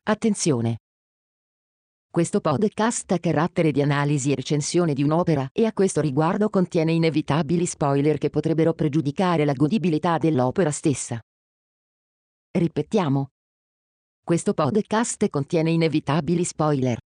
Attenzione! Questo podcast ha carattere di analisi e recensione di un'opera e a questo riguardo contiene inevitabili spoiler che potrebbero pregiudicare la godibilità dell'opera stessa. Ripetiamo. Questo podcast contiene inevitabili spoiler.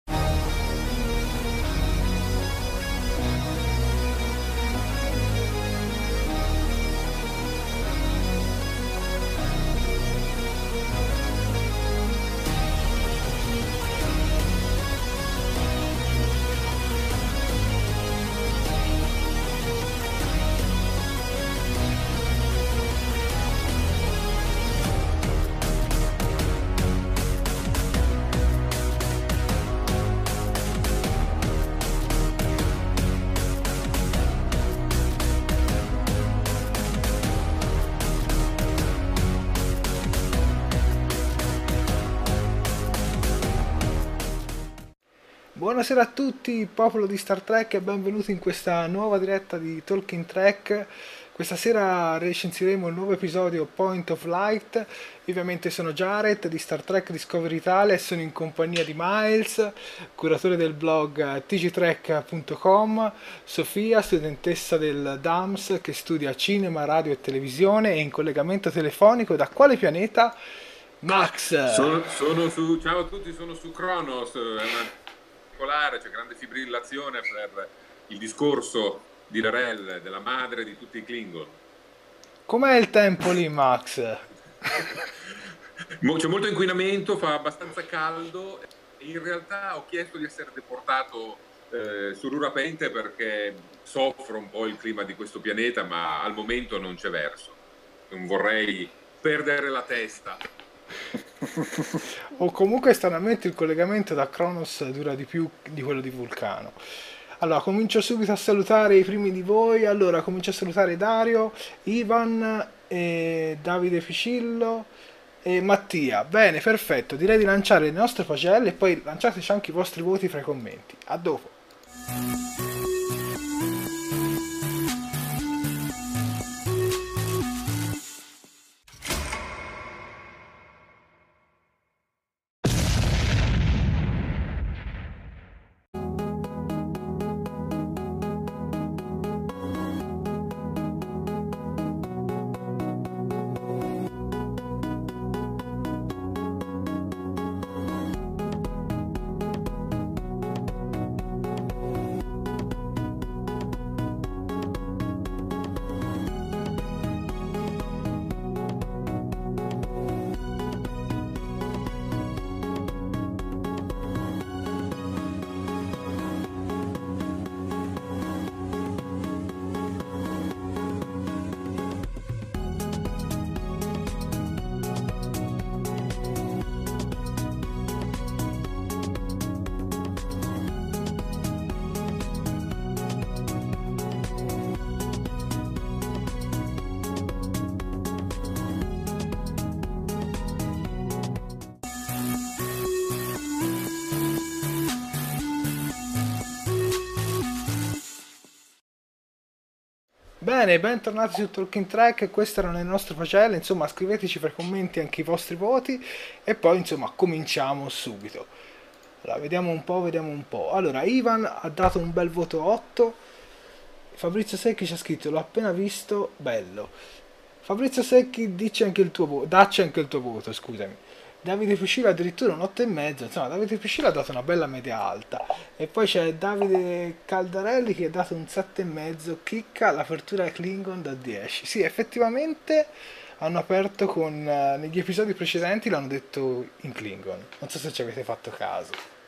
Buonasera a tutti, popolo di Star Trek, e benvenuti in questa nuova diretta di Talking Trek. Questa sera recensiremo il nuovo episodio Point of Light. Io ovviamente sono Jared di Star Trek Discovery Italia e sono in compagnia di Miles, curatore del blog tgtrek.com, Sofia, studentessa del DAMS che studia cinema, radio e televisione, e in collegamento telefonico da quale pianeta? Max! Sono su, ciao a tutti, sono su Kronos, è una c'è grande fibrillazione per il discorso di Rarel, della madre di tutti i Klingon. Com'è il tempo lì, Max? C'è molto inquinamento, fa abbastanza caldo e in realtà ho chiesto di essere deportato sull'Urapente perché soffro un po' il clima di questo pianeta, ma al momento non c'è verso. Non vorrei perdere la testa. O comunque stranamente il collegamento da Kronos dura di più di quello di Vulcano. Allora, comincio subito a salutare i primi di voi. Allora, comincio a salutare Dario, Ivan, Davide Ficillo e Mattia. Bene, perfetto. Direi di lanciare le nostre pagelle e poi lanciateci anche i vostri voti fra i commenti. A dopo. Bene, bentornati su Talking Track, queste erano le nostre pagelle, insomma scriveteci fra i commenti anche i vostri voti e poi insomma cominciamo subito. Allora, vediamo un po'. Allora, Ivan ha dato un bel voto 8, Fabrizio Secchi ci ha scritto l'ho appena visto, bello. Fabrizio Secchi, dacci anche il tuo voto, scusami. Davide Fucile addirittura un 8,5, insomma Davide Fucile ha dato una bella media alta. E poi c'è Davide Caldarelli che ha dato un 7,5, chicca, l'apertura Klingon da 10. Sì, effettivamente hanno aperto con, negli episodi precedenti l'hanno detto in Klingon, non so se ci avete fatto caso.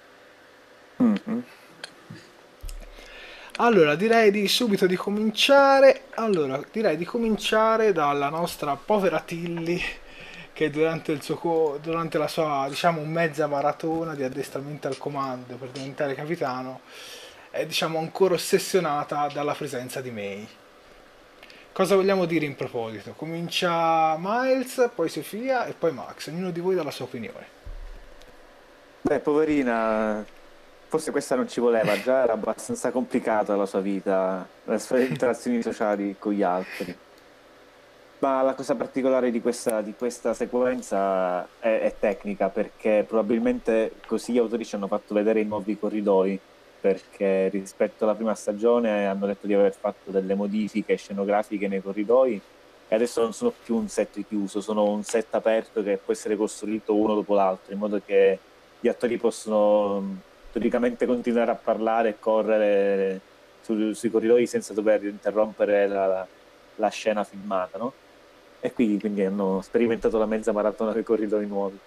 Allora, direi di subito di cominciare. Allora, direi di cominciare dalla nostra povera Tilly, che durante la sua, diciamo, mezza maratona di addestramento al comando per diventare capitano, è, diciamo, ancora ossessionata dalla presenza di May. Cosa vogliamo dire in proposito? Comincia Miles, poi Sofia e poi Max. Ognuno di voi dà la sua opinione. Beh, poverina, forse questa non ci voleva, già era abbastanza complicata la sua vita, le sue interazioni sociali con gli altri. Ma la cosa particolare di questa sequenza è tecnica, perché probabilmente così gli autori ci hanno fatto vedere i nuovi corridoi, perché rispetto alla prima stagione hanno detto di aver fatto delle modifiche scenografiche nei corridoi e adesso non sono più un set chiuso, sono un set aperto che può essere costruito uno dopo l'altro, in modo che gli attori possono teoricamente continuare a parlare e correre sui corridoi senza dover interrompere la scena filmata, no? E quindi hanno sperimentato la mezza maratona dei corridoi nuovi.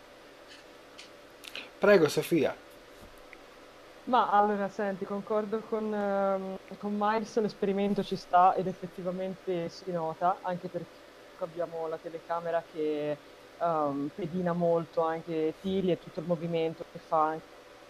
Prego, Sofia. Ma allora, senti, concordo con Miles, l'esperimento ci sta ed effettivamente si nota, anche perché abbiamo la telecamera che pedina molto anche Tilly e tutto il movimento che fa anche.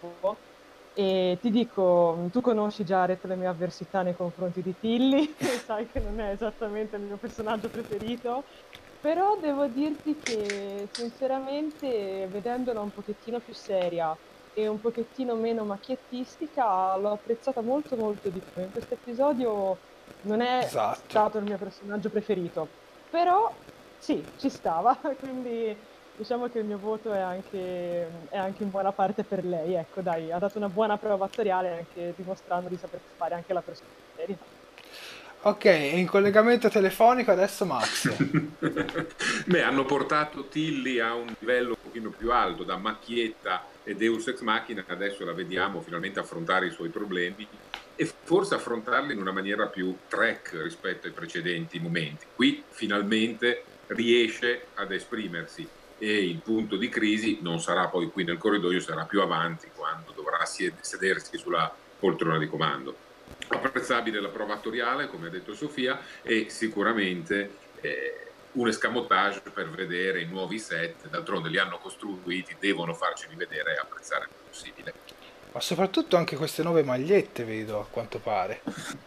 E ti dico, tu conosci Jared le mie avversità nei confronti di Tilly, e sai che non è esattamente il mio personaggio preferito, però devo dirti che sinceramente, vedendola un pochettino più seria e un pochettino meno macchiettistica, l'ho apprezzata molto molto di più. In questo episodio non è Esatto. stato il mio personaggio preferito, però sì, ci stava, quindi diciamo che il mio voto è anche in buona parte per lei. Ecco, dai, ha dato una buona prova attoriale, anche dimostrando di saper fare anche la persona seria. Ok, è in collegamento telefonico adesso Max. Beh, hanno portato Tilly a un livello un pochino più alto, da macchietta e Deus Ex Machina, adesso la vediamo finalmente affrontare i suoi problemi e forse affrontarli in una maniera più Trek rispetto ai precedenti momenti. Qui finalmente riesce ad esprimersi e il punto di crisi non sarà poi qui nel corridoio, sarà più avanti quando dovrà sedersi sulla poltrona di comando. Apprezzabile la prova attoriale, come ha detto Sofia, e sicuramente un escamotage per vedere i nuovi set, d'altronde li hanno costruiti, devono farceli vedere e apprezzare il più possibile. Ma soprattutto anche queste nuove magliette, vedo, a quanto pare.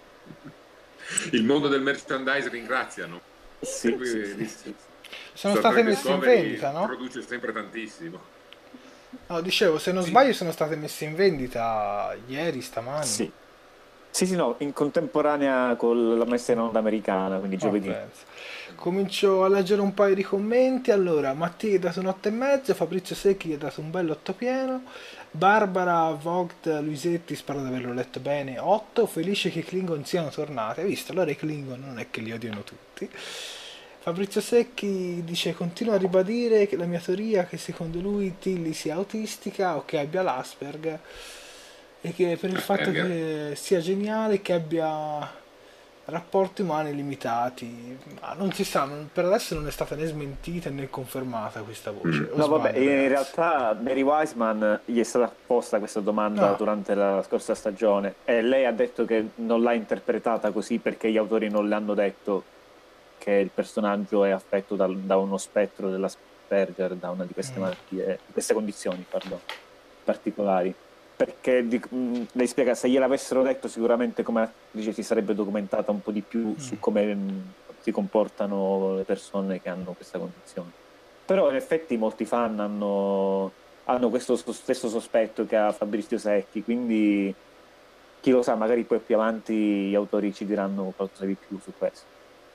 Il mondo del merchandise ringraziano. Sì, sì. Sono Star state Trek messe in Discovery vendita, no? produce sempre tantissimo. No, dicevo, se non Sì. sbaglio sono state messe in vendita ieri, stamani. Sì. Sì, no, in contemporanea con la messa in onda americana, quindi giovedì. Penso. Comincio a leggere un paio di commenti. Allora, Mattia gli ha dato un 8,5, Fabrizio Secchi gli ha dato un bello 8 pieno, Barbara Vogt Luisetti spero di averlo letto bene 8, felice che i Klingon siano tornati. Hai visto? Allora i Klingon non è che li odiano tutti. Fabrizio Secchi dice continua a ribadire che la mia teoria che secondo lui Tilly sia autistica o che abbia l'Asperger e che per il fatto che sia geniale che abbia rapporti umani limitati. Ma non si sa, per adesso non è stata né smentita né confermata questa voce. O No, vabbè, sbaglio, in ragazzi? realtà Mary Wiseman gli è stata posta questa domanda No. durante la scorsa stagione e lei ha detto che non l'ha interpretata così perché gli autori non le hanno detto che il personaggio è affetto da uno spettro dell'Asperger, da una di queste malattie, di queste condizioni, particolari. Perché lei spiega, se gliel'avessero detto sicuramente come attrice si sarebbe documentata un po' di più su come si comportano le persone che hanno questa condizione. Però in effetti molti fan hanno questo stesso sospetto che ha Fabrizio Secchi, quindi chi lo sa, magari poi più avanti gli autori ci diranno qualcosa di più su questo.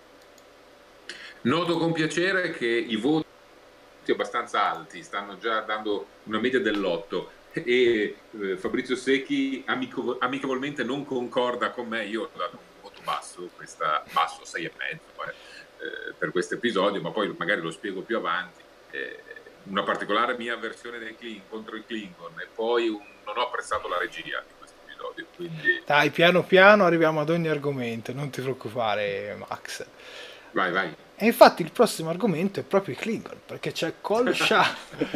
Noto con piacere che i voti abbastanza alti, stanno già dando una media dell'8 e Fabrizio Secchi amichevolmente non concorda con me, io ho dato un voto basso, basso 6,5 per questo episodio, ma poi magari lo spiego più avanti. Una particolare mia avversione contro i Klingon e poi non ho apprezzato la regia di questo episodio, quindi... Dai, piano piano arriviamo ad ogni argomento, non ti preoccupare Max. Vai. E infatti il prossimo argomento è proprio i Klingon, perché c'è Kol Shah.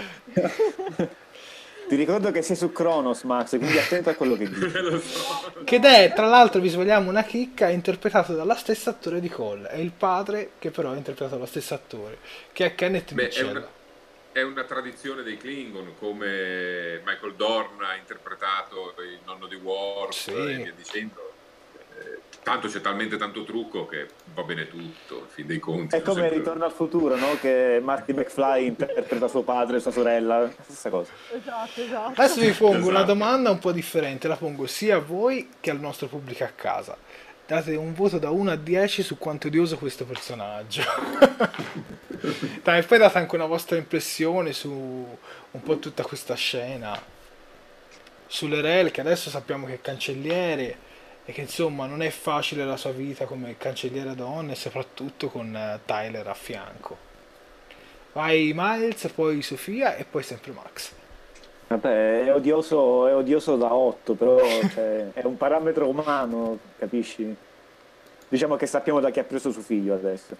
Ti ricordo che sei su Kronos, Max, quindi attento a quello che dici. Lo so. Che è, tra l'altro, vi svegliamo una chicca, è interpretato dalla stessa attore di Cole. È il padre che però è interpretato dallo stesso attore, che è Kenneth Mitchell. È una tradizione dei Klingon, come Michael Dorn ha interpretato il nonno di Worf e via dicendo. Tanto c'è talmente tanto trucco che va bene tutto, in fin dei conti. È come Ritorno al futuro, no? Che Marty McFly interpreta suo padre e sua sorella, stessa cosa. Esatto. Adesso vi pongo una domanda un po' differente, la pongo sia a voi che al nostro pubblico a casa. date un voto da 1 a 10 su quanto è odioso questo personaggio. Dai, e poi date anche una vostra impressione su un po' tutta questa scena. Sull'Erel, che adesso sappiamo che è cancelliere e che insomma non è facile la sua vita come cancelliere donna e soprattutto con Tyler a fianco. Vai Miles, poi Sofia e poi sempre Max. Vabbè, è odioso da 8, però cioè, è un parametro umano, capisci? Diciamo che sappiamo da chi ha preso suo figlio adesso.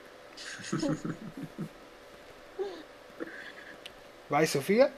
Vai Sofia.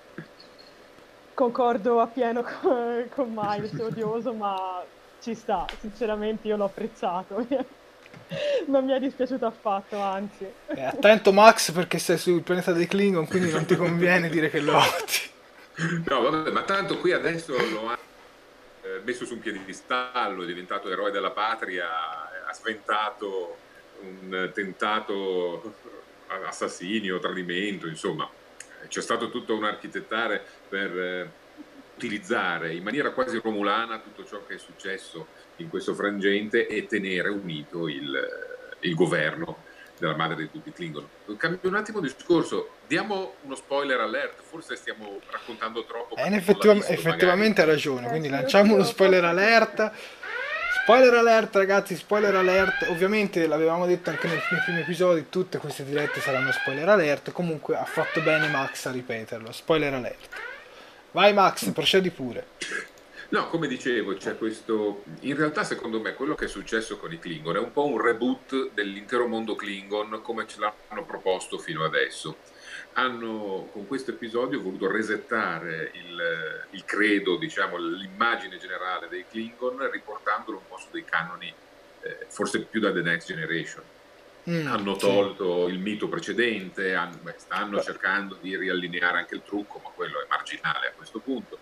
Concordo appieno con Miles, è odioso, ma ci sta. Sinceramente io l'ho apprezzato. Non mi è dispiaciuto affatto, anzi. Attento Max perché sei sul pianeta dei Klingon, quindi non ti conviene dire che lo odi. No, vabbè, ma tanto qui adesso lo ha messo su un piedistallo, è diventato eroe della patria, ha sventato un tentato assassinio, tradimento, insomma, c'è stato tutto un architettare per utilizzare in maniera quasi romulana tutto ciò che è successo in questo frangente e tenere unito il governo della madre di tutti i Klingon. Cambio un attimo discorso, diamo uno spoiler alert, forse stiamo raccontando troppo. Effettivamente ha ragione, quindi lanciamo uno spoiler alert. Spoiler alert ragazzi, spoiler alert. Ovviamente l'avevamo detto anche nei primi episodi, tutte queste dirette saranno spoiler alert. Comunque ha fatto bene Max a ripeterlo, spoiler alert. Vai Max, procedi pure. No, come dicevo, c'è questo. In realtà, secondo me, quello che è successo con i Klingon è un po' un reboot dell'intero mondo Klingon come ce l'hanno proposto fino adesso. Hanno con questo episodio voluto resettare il credo, diciamo, l'immagine generale dei Klingon, riportandolo un po' su dei canoni, forse più da The Next Generation. Hanno tolto il mito precedente, stanno cercando di riallineare anche il trucco, ma quello è marginale a questo punto,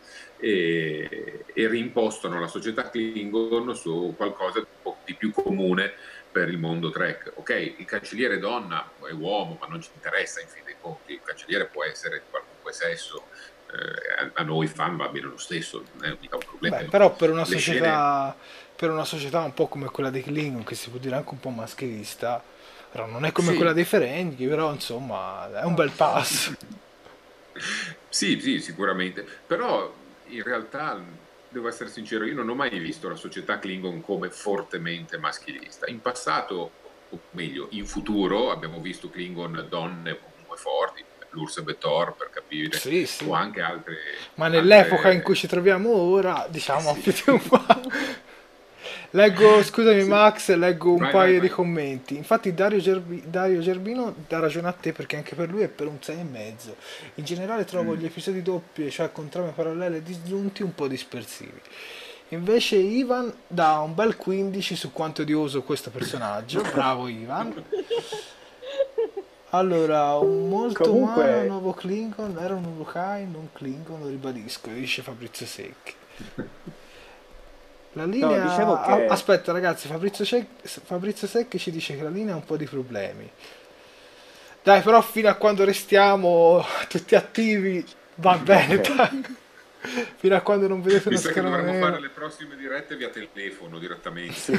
e reimpostano la società Klingon su qualcosa di un po' di più comune per il mondo Trek. Ok, il cancelliere è donna, è uomo, ma non ci interessa in fin dei conti, il cancelliere può essere di qualunque sesso, a noi fan va bene lo stesso, non è mica un problema. Beh, però per una società un po' come quella dei Klingon, che si può dire anche un po' maschilista, però non è come quella dei Ferengi, però insomma è un bel passo. Sì, sicuramente, però in realtà devo essere sincero, io non ho mai visto la società Klingon come fortemente maschilista. In passato, o meglio, in futuro abbiamo visto Klingon donne comunque forti, l'Ursa Betor per capire, sì. o anche altre. Ma nell'epoca in cui ci troviamo ora, diciamo, più un po'. Scusami Max, leggo un paio di commenti. Infatti Dario Gerbino dà ragione a te perché anche per lui è per un 6,5. In generale trovo gli episodi doppi, cioè con trame parallele e disgiunti, un po' dispersivi. Invece Ivan dà un bel 15 su quanto è odioso questo personaggio. Bravo Ivan. Allora, un molto umano nuovo Klingon, era un Urukai, non Klingon, lo ribadisco, dice Fabrizio Secchi. La linea. No, dicevo che. Aspetta, ragazzi, Fabrizio Secchi ci dice che la linea ha un po' di problemi. Dai, però fino a quando restiamo tutti attivi va bene. Fino a quando non vedete una scherma nera. Dovremmo fare le prossime dirette via telefono direttamente. Sì.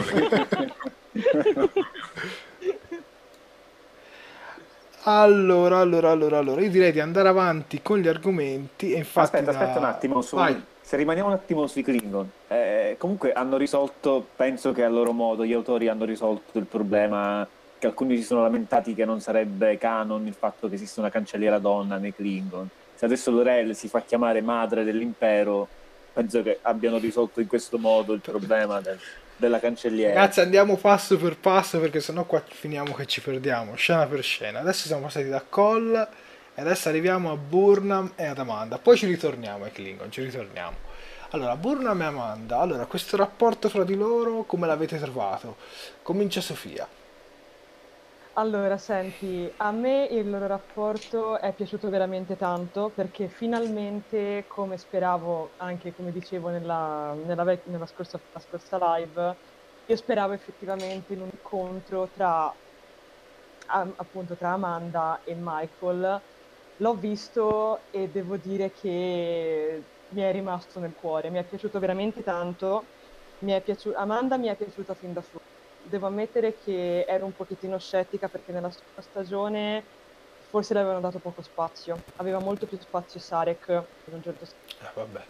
Allora, io direi di andare avanti con gli argomenti. E infatti aspetta un attimo. Se rimaniamo un attimo sui Klingon, comunque hanno risolto, penso che a loro modo, gli autori hanno risolto il problema che alcuni si sono lamentati che non sarebbe canon il fatto che esista una cancelliera donna nei Klingon. Se adesso L'Orel si fa chiamare madre dell'impero, penso che abbiano risolto in questo modo il problema della cancelliera. Ragazzi, andiamo passo per passo perché sennò qua finiamo che ci perdiamo, scena per scena. Adesso siamo passati da Cole e adesso arriviamo a Burnham e ad Amanda. Poi ci ritorniamo ai Klingon, Allora, Burnham e Amanda. Allora, questo rapporto fra di loro, come l'avete trovato? Comincia Sofia. Allora, senti, a me il loro rapporto è piaciuto veramente tanto perché finalmente, come speravo, anche come dicevo nella scorsa live, io speravo effettivamente in un incontro appunto tra Amanda e Michael. L'ho visto e devo dire che mi è rimasto nel cuore, mi è piaciuto veramente tanto. Amanda mi è piaciuta fin da subito. devo ammettere che ero un pochettino scettica perché nella scorsa stagione forse le avevano dato poco spazio. Aveva molto più spazio Sarek in un certo senso. Vabbè.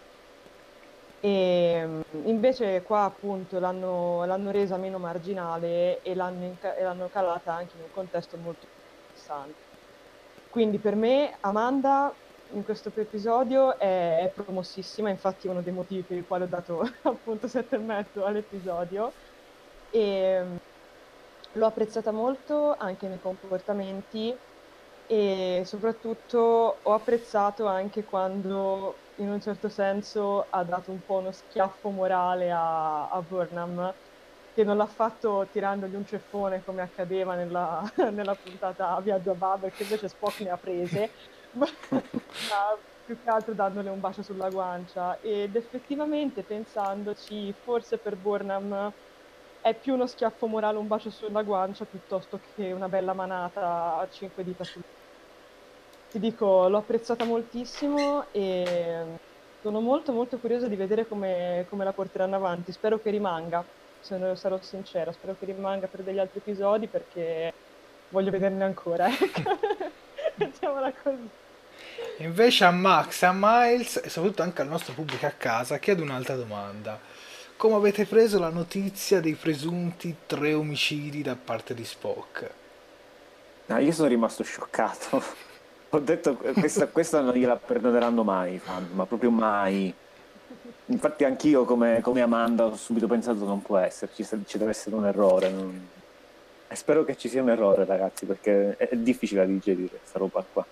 E invece qua appunto l'hanno resa meno marginale e l'hanno calata anche in un contesto molto interessante. Quindi per me Amanda in questo episodio è promossissima, infatti è uno dei motivi per il quale ho dato appunto 7,5 all'episodio. E l'ho apprezzata molto anche nei comportamenti e soprattutto ho apprezzato anche quando in un certo senso ha dato un po' uno schiaffo morale a Burnham, che non l'ha fatto tirandogli un ceffone come accadeva nella puntata Viaggio a Babel, che invece Spock ne ha prese, ma più che altro dandole un bacio sulla guancia. Ed effettivamente, pensandoci, forse per Burnham è più uno schiaffo morale, un bacio sulla guancia, piuttosto che una bella manata a 5 dita sul... Ti dico, l'ho apprezzata moltissimo e sono molto molto curiosa di vedere come la porteranno avanti. Spero che rimanga, sarò sincera, spero che rimanga per degli altri episodi perché voglio vederne ancora. Ecco. Mettiamola così. Invece a Max, a Miles e soprattutto anche al nostro pubblico a casa chiedo un'altra domanda. Come avete preso la notizia dei presunti 3 omicidi da parte di Spock? No, io sono rimasto scioccato. Ho detto questa non gliela perdoneranno mai, fan, ma proprio mai. Infatti anch'io come Amanda ho subito pensato non può esserci, ci deve essere un errore. E spero che ci sia un errore, ragazzi, perché è difficile da digerire questa roba qua.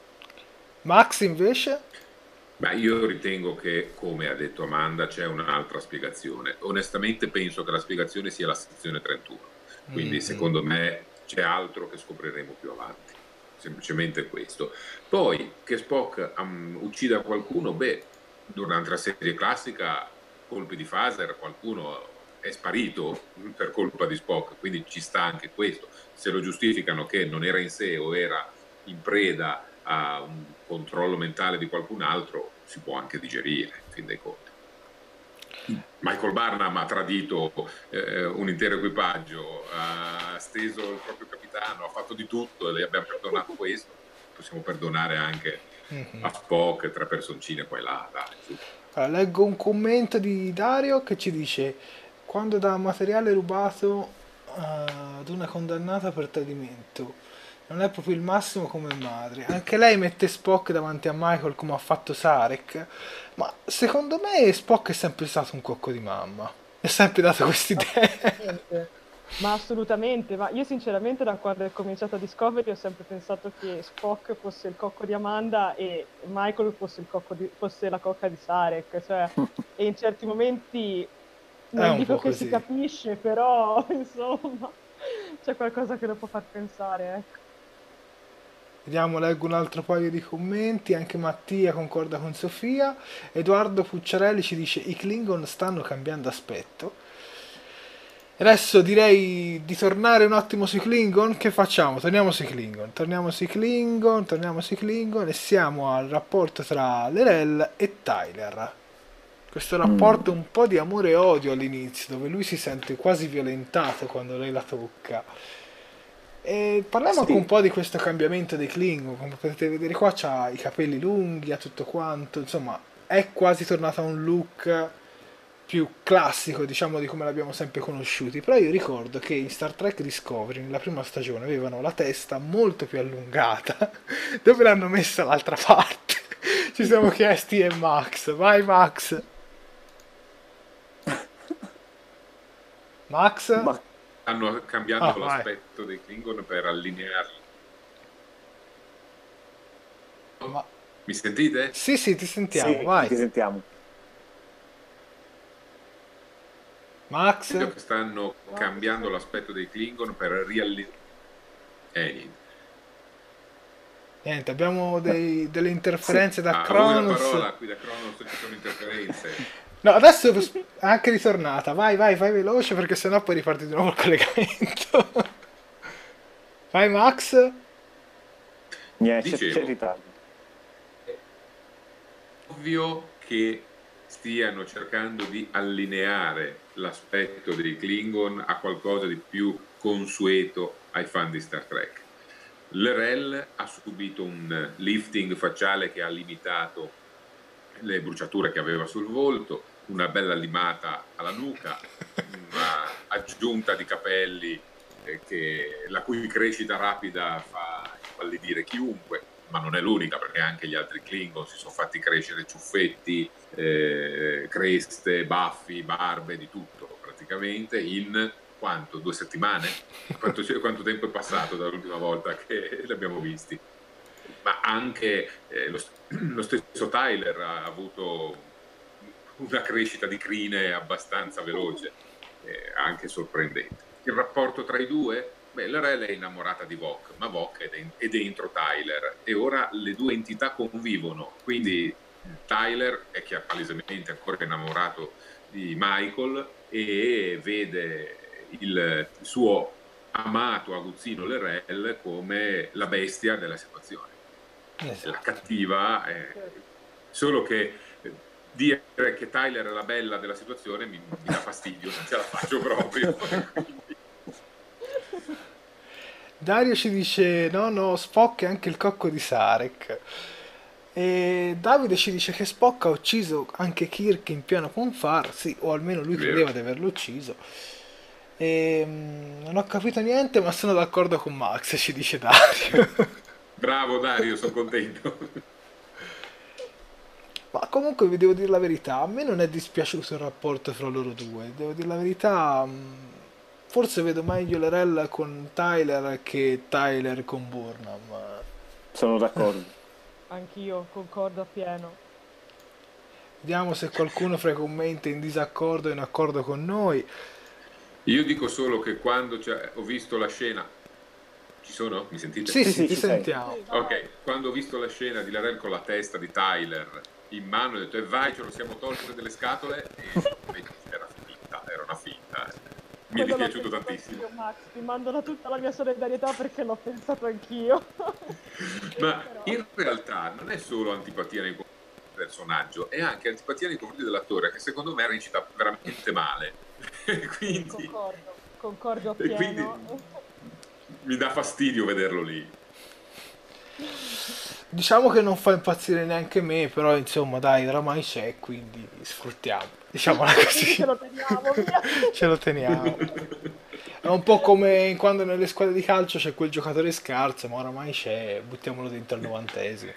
Max invece? Ma io ritengo che, come ha detto Amanda, c'è un'altra spiegazione. Onestamente penso che la spiegazione sia la sezione 31, quindi secondo me c'è altro che scopriremo più avanti. Semplicemente questo. Poi che Spock uccida qualcuno, durante la serie classica, colpi di phaser, qualcuno è sparito per colpa di Spock, quindi ci sta anche questo. Se lo giustificano che non era in sé o era in preda a un controllo mentale di qualcun altro, si può anche digerire, in fin dei conti. Michael Barnum ha tradito un intero equipaggio, ha steso il proprio capitano, ha fatto di tutto e le abbiamo perdonato questo. Possiamo perdonare anche a Spock 3 personcine qua e là, dai, su. Allora, leggo un commento di Dario che ci dice: quando dà materiale rubato ad una condannata per tradimento non è proprio il massimo come madre. Anche lei mette Spock davanti a Michael come ha fatto Sarek, ma secondo me Spock è sempre stato un cocco di mamma, è sempre dato quest'idea. Ma assolutamente, ma io sinceramente da quando è cominciata Discovery ho sempre pensato che Spock fosse il cocco di Amanda e Michael fosse la cocca di Sarek, cioè, e in certi momenti non un dico po' che si così. capisce, però insomma c'è qualcosa che lo può far pensare, ecco. Vediamo, leggo un altro paio di commenti. Anche Mattia concorda con Sofia. Edoardo Pucciarelli ci dice: i Klingon stanno cambiando aspetto. Adesso direi di tornare un attimo sui Klingon. Che facciamo? Torniamo sui Klingon. Torniamo sui Klingon e siamo al rapporto tra L'Rell e Tyler. Questo rapporto un po' di amore e odio all'inizio, dove lui si sente quasi violentato quando lei la tocca. E parliamo anche un po' di questo cambiamento dei Klingon. Come potete vedere qua c'ha i capelli lunghi, ha tutto quanto, insomma è quasi tornato a un look più classico, diciamo, di come l'abbiamo sempre conosciuti. Però io ricordo che in Star Trek Discovery nella prima stagione avevano la testa molto più allungata. Dove l'hanno messa l'altra parte? Ci siamo chiesti e Max. Vai Max. Max? Hanno cambiato l'aspetto dei Klingon per allinearli. Mi sentite? Sì, ti sentiamo, sì, vai. Ti sentiamo. Max? Credo che stanno cambiando l'aspetto dei Klingon per riallineare. Niente, abbiamo delle interferenze da Avevo la Kronos. parola qui da Kronos, ci sono interferenze. No, adesso è anche ritornata. Vai veloce perché sennò poi riparti di nuovo il collegamento. Vai Max. Niente, c'è ritardo. Ovvio che stiano cercando di allineare l'aspetto dei Klingon a qualcosa di più consueto ai fan di Star Trek. L'Rel ha subito un lifting facciale che ha limitato le bruciature che aveva sul volto, una bella limata alla nuca, una aggiunta di capelli la cui crescita rapida fa impallidire chiunque, ma non è l'unica, perché anche gli altri Klingon si sono fatti crescere ciuffetti, creste, baffi, barbe, di tutto praticamente in quanto? 2 settimane? Quanto tempo è passato dall'ultima volta che li abbiamo visti? Ma anche lo stesso Tyler ha avuto una crescita di crine abbastanza veloce, anche sorprendente. Il rapporto tra i due? Beh, L'Oreal è innamorata di Vok, ma Vok è dentro Tyler, e ora le due entità convivono, quindi Tyler è che è palesemente ancora innamorato di Michael e vede il suo amato aguzzino L'Oreal come la bestia della situazione, la cattiva, solo che dire che Tyler è la bella della situazione mi dà fastidio, non ce la faccio proprio. Dario ci dice no, Spock è anche il cocco di Sarek. E Davide ci dice che Spock ha ucciso anche Kirk in pieno Ponfar, sì, o almeno lui credeva di averlo ucciso. Non ho capito niente, ma sono d'accordo con Max, ci dice Dario. Bravo Dario, sono contento. Ma comunque vi devo dire la verità, a me non è dispiaciuto il rapporto fra loro due, devo dire la verità, forse vedo meglio L'Oreal con Tyler che Tyler con Burnham. Sono d'accordo. Anch'io concordo appieno. Vediamo se qualcuno fra i commenti è in disaccordo o in accordo con noi. Io dico solo che quando ho visto la scena, ci sono? Mi sentite? Sì, ti sentiamo. Ok, quando ho visto la scena di L'Oreal con la testa di Tyler in mano, ho detto vai, ce lo siamo tolte delle scatole, e era una finta. Mi è dispiaciuto tantissimo. Io, Max, ti mando tutta la mia solidarietà perché l'ho pensato anch'io. Ma in realtà non è solo antipatia nei confronti del personaggio, è anche antipatia nei confronti dell'attore, che secondo me recita veramente male. Quindi, concordo appieno. Quindi mi dà fastidio vederlo lì. Diciamo che non fa impazzire neanche me, però insomma dai, oramai c'è, quindi sfruttiamo, diciamola così. Ce lo teniamo, via. Ce lo teniamo. È un po' come quando nelle squadre di calcio c'è quel giocatore scarso, ma oramai c'è, buttiamolo dentro al 90esimo.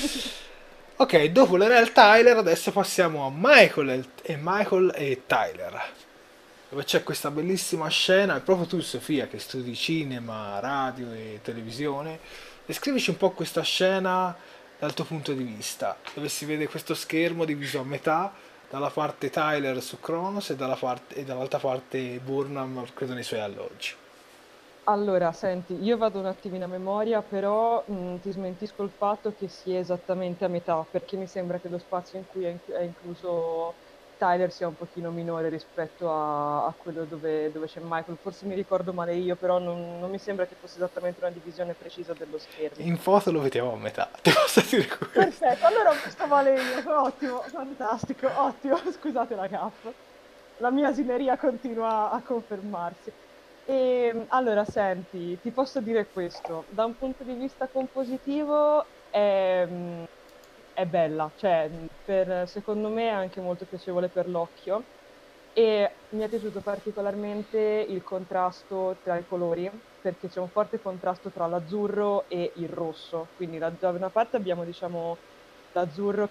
Ok, dopo l'Oreal Tyler adesso passiamo a Michael e Tyler, dove c'è questa bellissima scena, e proprio tu Sofia che studi cinema, radio e televisione, descrivici un po' questa scena dal tuo punto di vista, dove si vede questo schermo diviso a metà, dalla parte Tyler su Kronos e dall'altra parte Burnham, credo, nei suoi alloggi. Allora, senti, io vado un attimino a memoria, però ti smentisco il fatto che sia esattamente a metà, perché mi sembra che lo spazio in cui è incluso Tyler sia un pochino minore rispetto a quello dove c'è Michael. Forse mi ricordo male io, però non mi sembra che fosse esattamente una divisione precisa dello schermo. In foto lo vediamo a metà, ti posso dire questo. Perfetto, allora ho visto male io, ottimo, fantastico, ottimo, scusate la gaffa. La mia asineria continua a confermarsi. Allora, senti, ti posso dire questo, da un punto di vista compositivo è bella, cioè secondo me è anche molto piacevole per l'occhio, e mi è piaciuto particolarmente il contrasto tra i colori, perché c'è un forte contrasto tra l'azzurro e il rosso, quindi da una parte abbiamo, diciamo, l'azzurro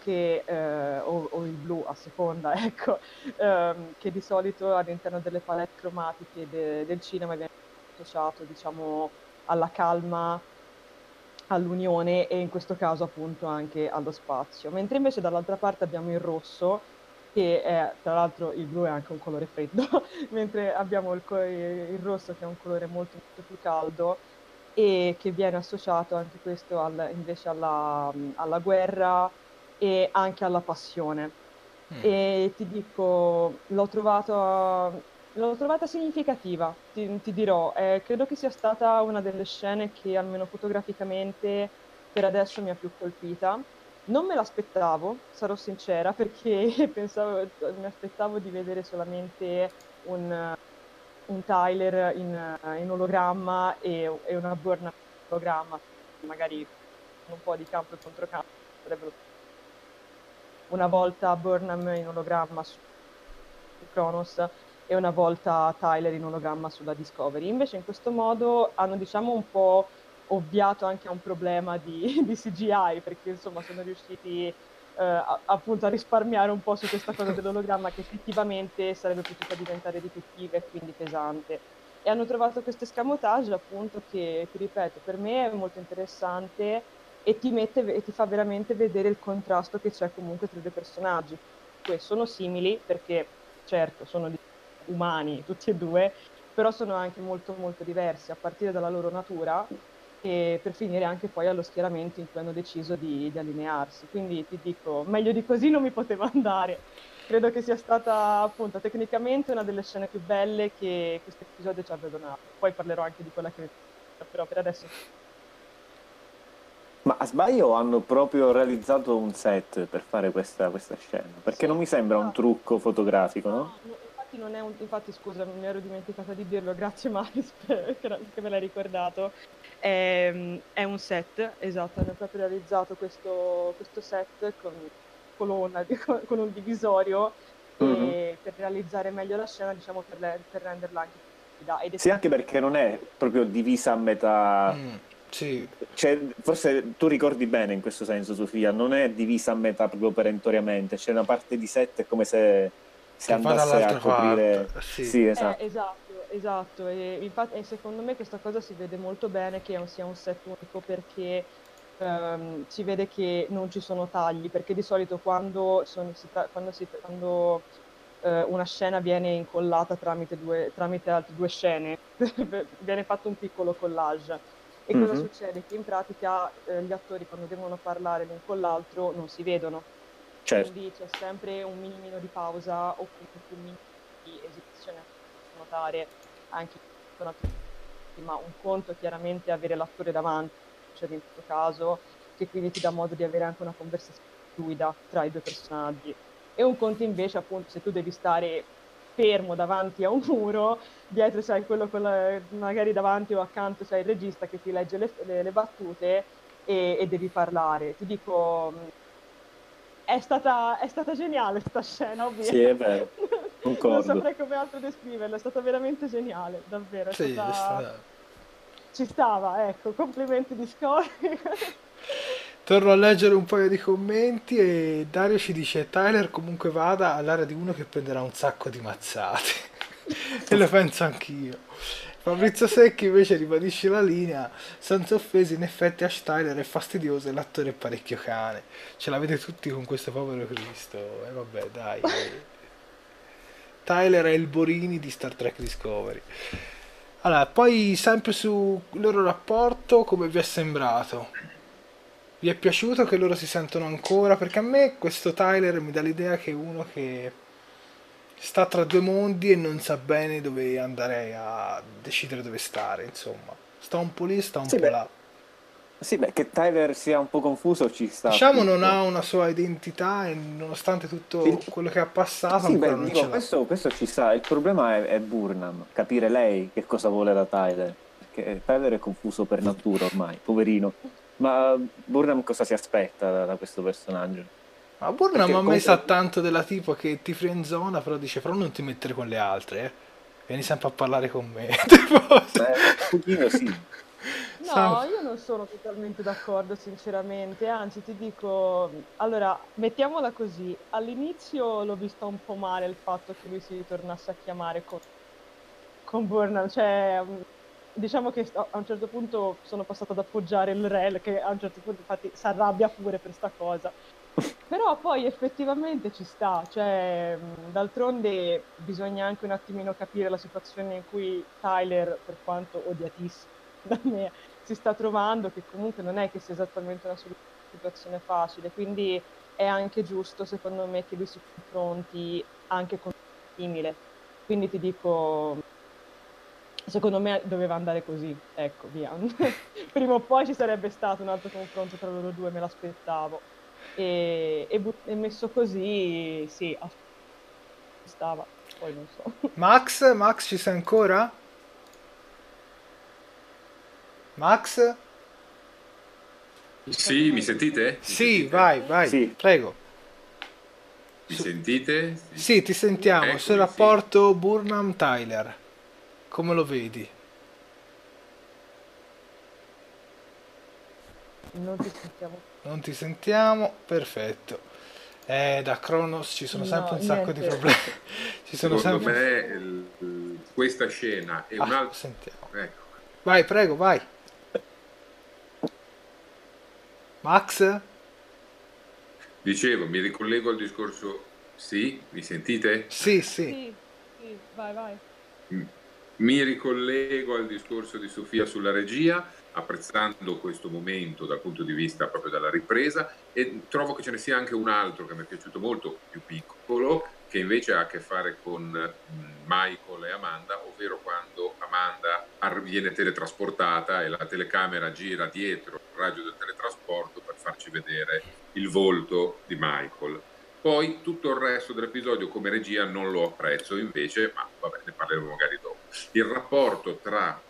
o il blu a seconda, ecco, che di solito all'interno delle palette cromatiche del cinema viene associato, diciamo, alla calma, all'unione e in questo caso appunto anche allo spazio. Mentre invece dall'altra parte abbiamo il rosso, che è, tra l'altro il blu è anche un colore freddo, mentre abbiamo il rosso che è un colore molto, molto più caldo e che viene associato anche questo invece alla guerra e anche alla passione. E ti dico, l'ho trovata significativa, ti dirò. Credo che sia stata una delle scene che almeno fotograficamente per adesso mi ha più colpita, Non me l'aspettavo, sarò sincera, perché mi aspettavo di vedere solamente un Tyler in ologramma e una Burnham in ologramma, magari con un po' di campo e controcampo. Una volta Burnham in ologramma su Kronos e una volta Tyler in ologramma sulla Discovery. Invece in questo modo hanno, diciamo, un po' ovviato anche a un problema di CGI, perché insomma sono riusciti appunto a risparmiare un po' su questa cosa dell'ologramma che effettivamente sarebbe potuta diventare ripetitiva e quindi pesante. E hanno trovato questo escamotage appunto che, ti ripeto, per me è molto interessante e ti fa veramente vedere il contrasto che c'è comunque tra i due personaggi. Sono simili perché, certo, sono umani tutti e due, però sono anche molto molto diversi a partire dalla loro natura e per finire anche poi allo schieramento in cui hanno deciso di allinearsi. Quindi ti dico, meglio di così non mi poteva andare. Credo che sia stata appunto tecnicamente una delle scene più belle che questo episodio ci abbia donato. Poi parlerò anche di quella che però per adesso. Ma a sbaglio hanno proprio realizzato un set per fare questa scena? Perché Sì, non mi sembra un esatto. trucco fotografico, no? No, infatti non è infatti scusa, mi ero dimenticata di dirlo, grazie Maris che me l'hai ricordato. È un set, esatto, hanno proprio realizzato questo set con colonna, con un divisorio Mhm. per realizzare meglio la scena, diciamo per renderla anche più vivida. Ed Sì, anche perché non è proprio divisa a metà. Sì, Cioè, forse tu ricordi bene in questo senso, Sofia, non è divisa a metà proprio perentoriamente, c'è una parte di set come se che va andasse a dall'altra parte, coprire. sì. Sì, esatto. Esatto, esatto. E infatti, e secondo me questa cosa si vede molto bene che sia un set unico perché si vede che non ci sono tagli, perché di solito quando una scena viene incollata tramite altre due scene, viene fatto un piccolo collage. E cosa Mhm. succede? Che in pratica gli attori quando devono parlare l'un con l'altro non si vedono, Certo. quindi c'è sempre un minimo di pausa o comunque un minimo di esibizione a notare anche con altri, ma un conto è chiaramente avere l'attore davanti, cioè in questo caso, che quindi ti dà modo di avere anche una conversazione fluida tra i due personaggi. E un conto invece, appunto, se tu devi stare fermo davanti a un muro, dietro c'hai quello magari davanti o accanto c'hai il regista che ti legge le battute e devi parlare. Ti dico, è stata geniale questa scena, ovvio. Sì, è vero, Non concordo. saprei come altro descriverla, è stata veramente geniale, davvero, è Sì, è stata. stata... Ci stava, ecco, complimenti di score. Torno a leggere un paio di commenti e Dario ci dice Tyler comunque vada all'area di uno che prenderà un sacco di mazzate. E lo penso anch'io. Fabrizio Secchi invece ribadisce la linea, senza offese, in effetti Ash Tyler è fastidioso e l'attore è parecchio cane. Ce l'avete tutti con questo povero Cristo. E vabbè, dai. Tyler è il Borini di Star Trek Discovery. Allora, poi sempre sul loro rapporto, come vi è sembrato? Vi è piaciuto che loro si sentono ancora? Perché a me questo Tyler mi dà l'idea che è uno che sta tra due mondi e non sa bene dove andare a decidere dove stare, insomma. Sta un po' lì, sta un Sì, po' beh, là. sì, beh, che Tyler sia un po' confuso ci sta Diciamo non ha tutto. una sua identità e nonostante tutto Il- quello che ha passato Sì, ancora beh, non ce dico, l'ha. questo ci sta. Il problema è Burnham, capire lei che cosa vuole da Tyler. Perché Tyler è confuso per natura ormai, poverino. Ma Burnham cosa si aspetta da questo personaggio? Ma Burnham Perché a me sa comunque tanto della tipo che ti friendzona, però dice però non ti mettere con le altre, eh. Vieni sempre a parlare con me. Tipo, un pochino sì. sa- No, io non sono totalmente d'accordo, sinceramente, anzi ti dico, allora, mettiamola così, all'inizio l'ho vista un po' male il fatto che lui si tornasse a chiamare con Burnham, cioè diciamo che a un certo punto sono passata ad appoggiare il Rel che a un certo punto infatti si arrabbia pure per sta cosa. Però poi effettivamente ci sta, cioè d'altronde bisogna anche un attimino capire la situazione in cui Tyler, per quanto odiatissimo da me, si sta trovando, che comunque non è che sia esattamente una situazione facile, quindi è anche giusto secondo me che lui si confronti anche con simile. Quindi ti dico, secondo me doveva andare così, ecco, via. Prima o poi ci sarebbe stato un altro confronto tra loro due, me l'aspettavo. e messo così, sì, stava, poi non so. Max, ci sei ancora? Max? Sì, mi sentite? Mi Sì, sentite? vai, Sì, prego. Mi sentite? Sì. Sì, ti sentiamo. Sul Eccomi, sì. rapporto Burnham-Tyler, come lo vedi? Non ti sentiamo. Non ti sentiamo? Perfetto. Da Kronos ci sono sempre No, un sacco di niente. problemi. Ci sono Secondo sempre... me questa scena è Ah, un'altra... sentiamo. Ecco. Vai, prego, vai. Max? Dicevo, mi ricollego al discorso... Sì, mi sentite? Sì, sì. Sì, sì, vai. Mm. Mi ricollego al discorso di Sofia sulla regia, apprezzando questo momento dal punto di vista proprio della ripresa, e trovo che ce ne sia anche un altro che mi è piaciuto molto, più piccolo, che invece ha a che fare con Michael e Amanda, ovvero quando Amanda viene teletrasportata e la telecamera gira dietro il raggio del teletrasporto per farci vedere il volto di Michael. Poi tutto il resto dell'episodio come regia non lo apprezzo invece, ma vabbè, ne parleremo magari dopo. Il rapporto tra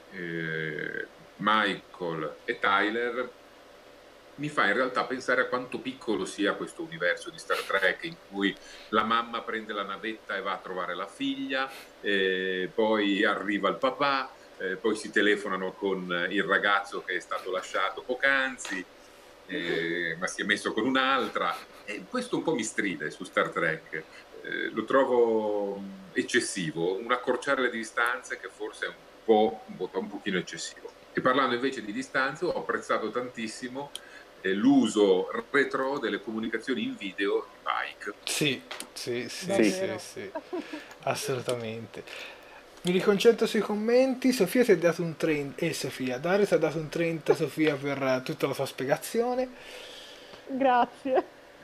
Michael e Tyler mi fa in realtà pensare a quanto piccolo sia questo universo di Star Trek, in cui la mamma prende la navetta e va a trovare la figlia, poi arriva il papà, poi si telefonano con il ragazzo che è stato lasciato poc'anzi, ma si è messo con un'altra. E questo un po' mi stride su Star Trek. Lo trovo eccessivo, un accorciare le distanze che forse è un pochino eccessivo. E parlando invece di distanze, ho apprezzato tantissimo l'uso retro delle comunicazioni in video di Pike. Sì, sì, sì, Sì. sì, sì. Assolutamente. Mi riconcentro sui commenti. Sofia ti ha dato un 30. Sofia, Dario ti ha dato un 30, Sofia, per tutta la sua spiegazione. Grazie.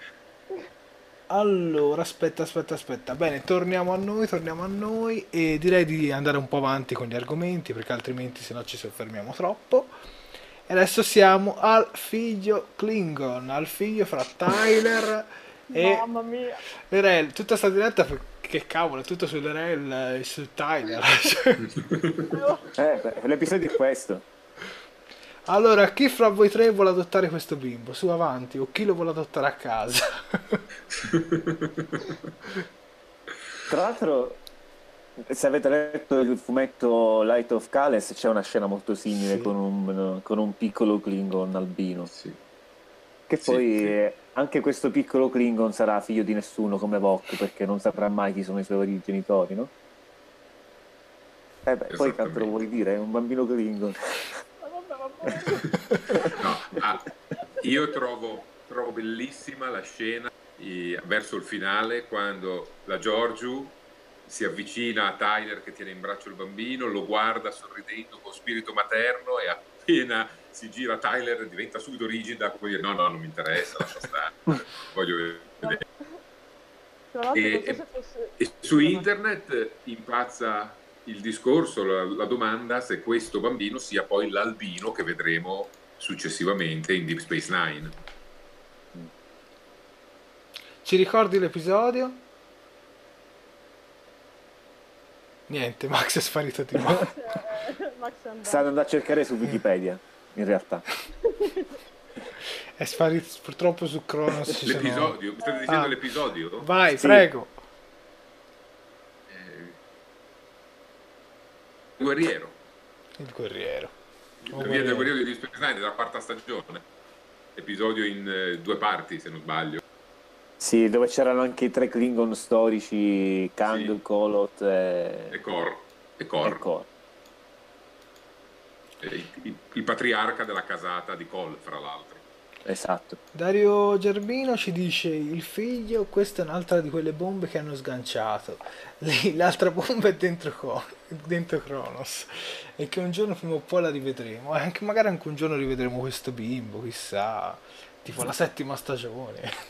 Allora, aspetta. Bene, torniamo a noi e direi di andare un po' avanti con gli argomenti perché altrimenti se no ci soffermiamo troppo. E adesso siamo al figlio Klingon, al figlio fra Tyler e Mamma mia. Lerel. Tutta sta diretta, che cavolo, è tutto su Lerel e su Tyler. l'episodio è questo. Allora, chi fra voi tre vuole adottare questo bimbo? Su avanti, o chi lo vuole adottare a casa? Tra l'altro, se avete letto il fumetto Light of Kales, c'è una scena molto simile Sì. con un piccolo Klingon albino. Sì. Che Sì, poi sì. anche questo piccolo Klingon sarà figlio di nessuno come Vok, perché non saprà mai chi sono i suoi veri genitori, no? Poi che altro vuoi dire? È un bambino Klingon. Vabbè. No, io trovo bellissima la scena verso il finale quando la Giorgiu si avvicina a Tyler che tiene in braccio il bambino, lo guarda sorridendo con spirito materno e appena si gira Tyler diventa subito rigida, come dire no, non mi interessa, lascia stare, voglio vedere. Tra l'altro non so E, se fosse... e su internet impazza il discorso, la domanda se questo bambino sia poi l'albino che vedremo successivamente in Deep Space Nine. Ci ricordi l'episodio? Niente, Max è sparito di nuovo. Max è andato. Sta andando a cercare su Wikipedia, in realtà. È sparito purtroppo su Kronos. L'episodio, state dicendo l'episodio? Vai, Sì. prego. Guerriero. Il guerriero. La via del guerriero di Deep Space Nine della quarta stagione. Episodio in 2 parti, se non sbaglio. Sì, dove c'erano anche i 3 Klingon storici, Kang, Sì. Kolot E Kor. e Kor. Il patriarca della casata di Kol, fra l'altro. Esatto. Dario Gerbino ci dice: il figlio, questa è un'altra di quelle bombe che hanno sganciato. L'altra bomba è dentro Kronos. E che un giorno prima o poi la rivedremo. E magari anche un giorno rivedremo questo bimbo, chissà. Tipo la 7ª stagione.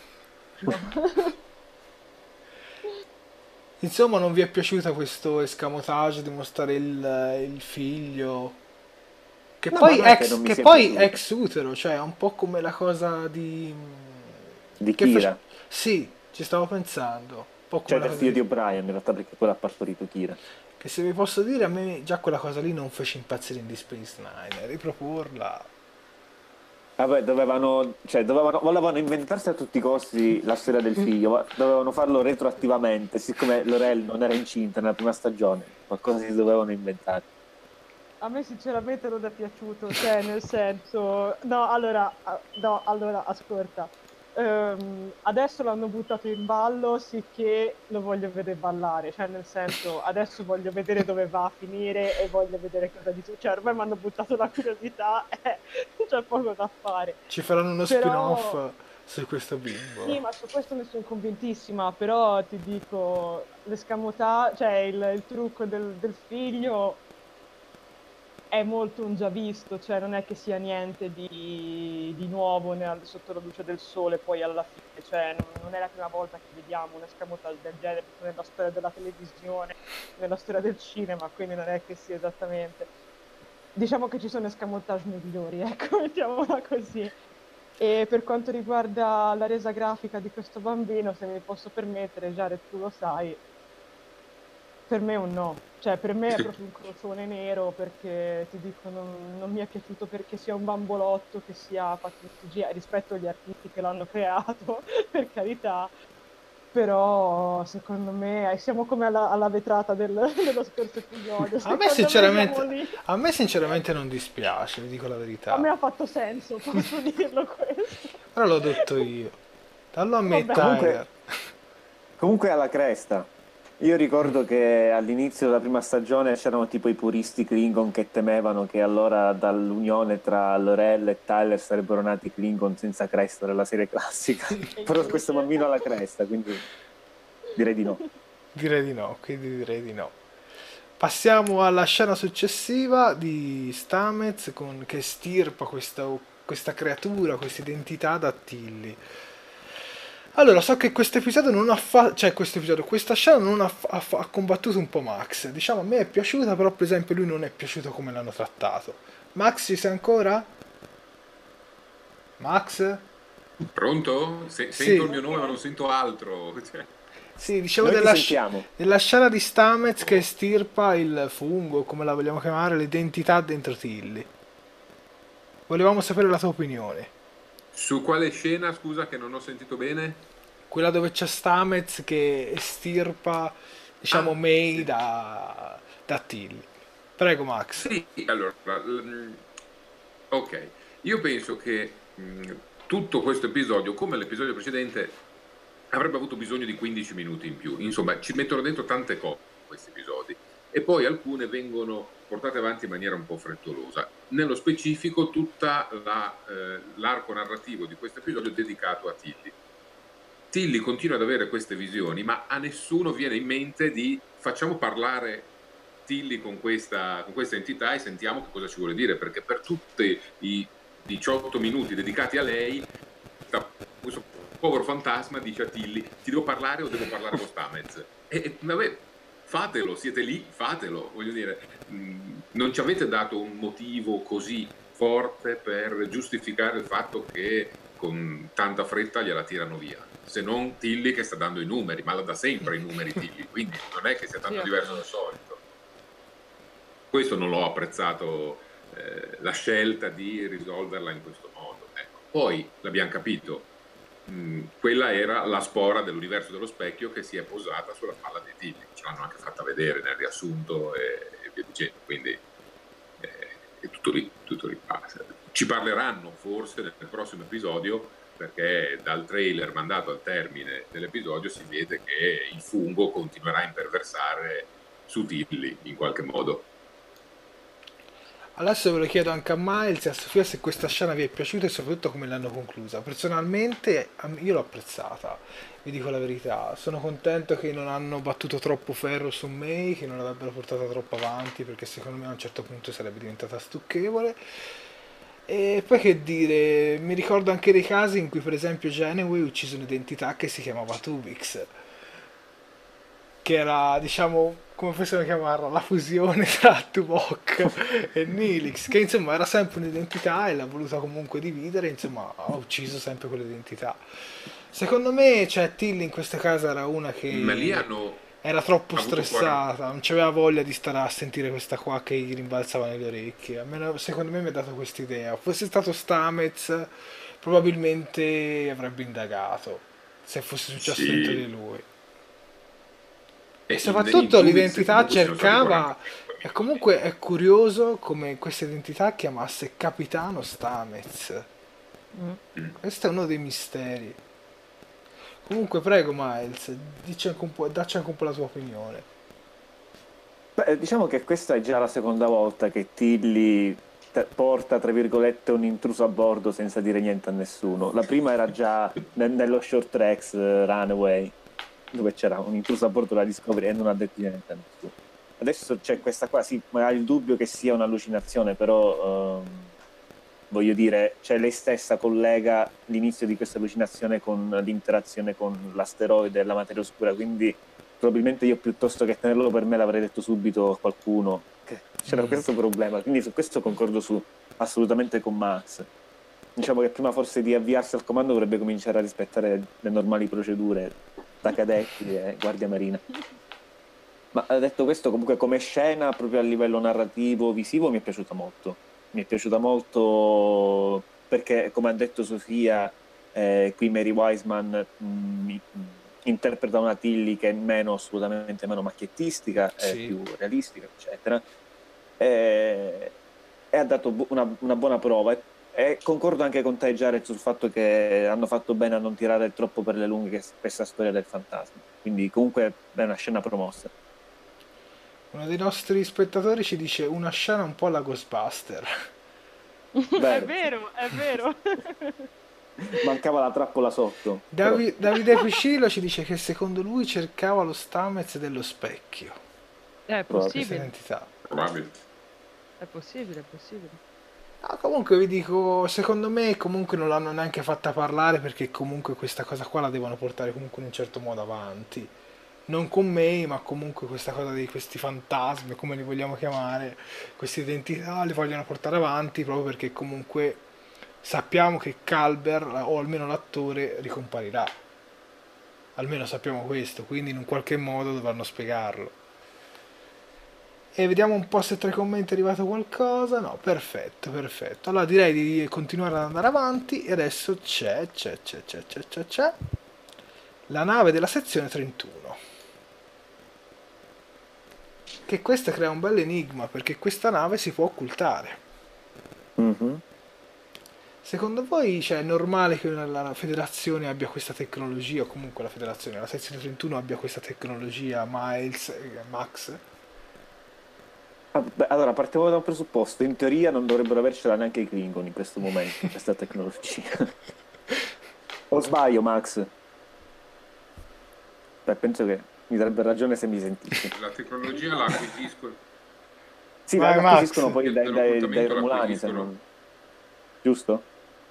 Insomma, non vi è piaciuto questo escamotage di mostrare il figlio? Che No, poi ma non è che non mi sia piaciuto. ex utero, cioè è un po' come la cosa di Di Che face- Kira. Sì, ci stavo pensando. Un po' come Cioè la del cosa figlio di O'Brien, in realtà, perché poi l'ha partorito Kira. che se vi posso dire, a me già quella cosa lì non fece impazzire in Deep Space Nine. Riproporla. Vabbè, volevano inventarsi a tutti i costi la storia del figlio, ma dovevano farlo retroattivamente, siccome L'Oreal non era incinta nella prima stagione, qualcosa si dovevano inventare. A me sinceramente non è piaciuto, cioè nel senso, no, allora, ascolta, adesso l'hanno buttato in ballo, sicché lo voglio vedere ballare, cioè nel senso, adesso voglio vedere dove va a finire e voglio vedere cosa dice, cioè ormai mi hanno buttato la curiosità e c'è poco da fare, Ci faranno uno spin-off però su questo bimbo. sì, ma su questo ne sono convintissima, però ti dico, l'escamotage, cioè il trucco del figlio è molto un già visto, cioè non è che sia niente di nuovo sotto la luce del sole poi alla fine, cioè non è la prima volta che vediamo un escamotage del genere nella storia della televisione, nella storia del cinema, quindi non è che sia esattamente... Diciamo che ci sono escamotage migliori, ecco, mettiamola così. E per quanto riguarda la resa grafica di questo bambino, se mi posso permettere, Jared, tu lo sai, per me è un no, cioè per me è proprio un crocione nero perché ti dico non mi è piaciuto perché sia un bambolotto che sia fatto in CGI rispetto agli artisti che l'hanno creato, per carità, però secondo me siamo come alla vetrata dello scorso episodio, A me secondo me siamo sinceramente, lì. a me sinceramente non dispiace, vi dico la A verità. me ha fatto senso, posso dirlo questo. Però l'ho detto io. Dallo a me, Vabbè. Tyler. Comunque alla cresta. Io ricordo che all'inizio della prima stagione c'erano tipo i puristi Klingon che temevano che allora dall'unione tra L'Oreal e Tyler sarebbero nati Klingon senza cresta della serie classica. E Però questo invece... bambino ha la cresta, quindi direi di no. Direi di no, quindi direi di no. Passiamo alla scena successiva di Stamets che stirpa questa creatura, questa identità da Tilly. Allora, so che questo episodio non ha fatto, cioè questo episodio, questa scena non ha combattuto un po' Max. Diciamo, a me è piaciuta, però per esempio lui non è piaciuto come l'hanno trattato. Max, ci sei ancora? Max? Pronto? Sento il Sì, mio nome ma non sento altro. Cioè, sì, dicevo Noi ti sentiamo. della scena di Stamets che estirpa il fungo, come la vogliamo chiamare, l'identità dentro Tilly. Volevamo sapere la tua opinione. su quale scena, scusa, che non ho sentito bene? Quella dove c'è Stamets che estirpa, diciamo, Ah, May sì. da Tilly. Prego, Max. Sì, allora, ok, io penso che tutto questo episodio, come l'episodio precedente, avrebbe avuto bisogno di 15 minuti in più. Insomma, ci mettono dentro tante cose questi episodi e poi alcune vengono portate avanti in maniera un po' frettolosa. Nello specifico, tutta l'arco narrativo di questo episodio è dedicato a Tilly. Tilly continua ad avere queste visioni, ma a nessuno viene in mente di facciamo parlare Tilly con questa entità e sentiamo che cosa ci vuole dire, perché per tutti i 18 minuti dedicati a lei, questo povero fantasma dice a Tilly: ti devo parlare o devo parlare con Stamets? Vabbè, fatelo, siete lì, fatelo, voglio dire, non ci avete dato un motivo così forte per giustificare il fatto che con tanta fretta gliela tirano via, se non Tilly che sta dando i numeri, ma la da sempre i numeri Tilly, quindi non è che sia tanto Sì, diverso dal solito. Questo non l'ho apprezzato, la scelta di risolverla in questo modo. Ecco. Poi l'abbiamo capito, quella era la spora dell'universo dello specchio che si è posata sulla spalla di Tilly, ce l'hanno anche fatta vedere nel riassunto e via dicendo, quindi è tutto lì, tutto lì. Ci parleranno forse nel prossimo episodio, perché dal trailer mandato al termine dell'episodio si vede che il fungo continuerà a imperversare su Tilly in qualche modo. Adesso ve lo chiedo anche a Miles e a Sofia se questa scena vi è piaciuta e soprattutto come l'hanno conclusa. Personalmente io l'ho apprezzata, vi dico la verità. Sono contento che non hanno battuto troppo ferro su May, che non l'avrebbero portata troppo avanti perché secondo me a un certo punto sarebbe diventata stucchevole. E poi che dire, mi ricordo anche dei casi in cui per esempio Geneway uccise un'identità che si chiamava Tubix, che era, diciamo, come possiamo chiamarla, la fusione tra Tuvok e Nilix, che insomma era sempre un'identità e l'ha voluta comunque dividere, insomma ha ucciso sempre quell'identità. Secondo me, cioè, Tilly in questa casa era una Ma lì che hanno era troppo avuto 40. stressata, non c'aveva voglia di stare a sentire questa qua che gli rimbalzava nelle orecchie. Secondo me mi ha dato quest'idea. Fosse stato Stamez, probabilmente avrebbe indagato se fosse successo dentro di Sì, lui. E e in soprattutto Tunis l'identità comunque sono stati cercava, 45 e minuti. comunque è curioso come questa identità chiamasse Capitano Stamez. Mm. Mm. Questo è uno dei misteri. Comunque, prego, Miles, dacci anche un po' la tua opinione. Beh, diciamo che questa è già la seconda volta che Tilly porta, tra virgolette, un intruso a bordo senza dire niente a nessuno. La prima era già nello Short Tracks Runaway, dove c'era un intruso a bordo della Discovery e non ha detto niente a nessuno. Adesso c'è questa qua, sì, ma ha il dubbio che sia un'allucinazione, però voglio dire, cioè lei stessa collega l'inizio di questa allucinazione con l'interazione con l'asteroide e la materia oscura, quindi probabilmente io piuttosto che tenerlo per me l'avrei detto subito a qualcuno che c'era Mm. questo problema, quindi su questo concordo assolutamente con Max. Diciamo che prima forse di avviarsi al comando dovrebbe cominciare a rispettare le normali procedure da cadetti e guardia marina. Ma detto questo, comunque come scena, proprio a livello narrativo, visivo, mi è piaciuta molto. Mi è piaciuta molto perché, come ha detto Sofia, qui Mary Wiseman interpreta una Tilly che è assolutamente meno macchiettistica, è Sì. più realistica, eccetera. E ha dato una buona prova. E concordo anche con te, Jared, sul fatto che hanno fatto bene a non tirare troppo per le lunghe questa storia del fantasma. Quindi comunque è una scena promossa. Uno dei nostri spettatori ci dice una scena un po' alla Ghostbuster. È Vero, sì. vero, è vero. Mancava la trappola sotto, però Davide Piscillo ci dice che secondo lui cercava lo Stamez dello specchio. È Questa possibile, identità. Probabile. è possibile, è possibile. No, comunque vi dico, secondo me comunque non l'hanno neanche fatta parlare perché comunque questa cosa qua la devono portare comunque in un certo modo avanti. Non con me, ma comunque questa cosa di questi fantasmi, come li vogliamo chiamare, queste identità le vogliono portare avanti proprio perché comunque sappiamo che Calber, o almeno l'attore, ricomparirà. Almeno sappiamo questo, quindi in un qualche modo dovranno spiegarlo. E vediamo un po' se tra i commenti è arrivato qualcosa. No, perfetto, perfetto. Allora direi di continuare ad andare avanti. E adesso c'è la nave della sezione 31. Che questa crea un bel enigma perché questa nave si può occultare. Mhm. Secondo voi, cioè, è normale che la federazione abbia questa tecnologia, o comunque la federazione, la sezione 31 abbia questa tecnologia, Miles, Max? Ah, beh, allora, partiamo da un presupposto. In teoria non dovrebbero avercela neanche i Klingon in questo momento, questa tecnologia. O sbaglio, Max? Beh, penso che mi darebbe ragione se mi sentisse. La tecnologia la acquisiscono, Sì, Vai Max! l'acquisiscono poi dai dell'occultamento Romulani, se l'acquisiscono. non... Giusto?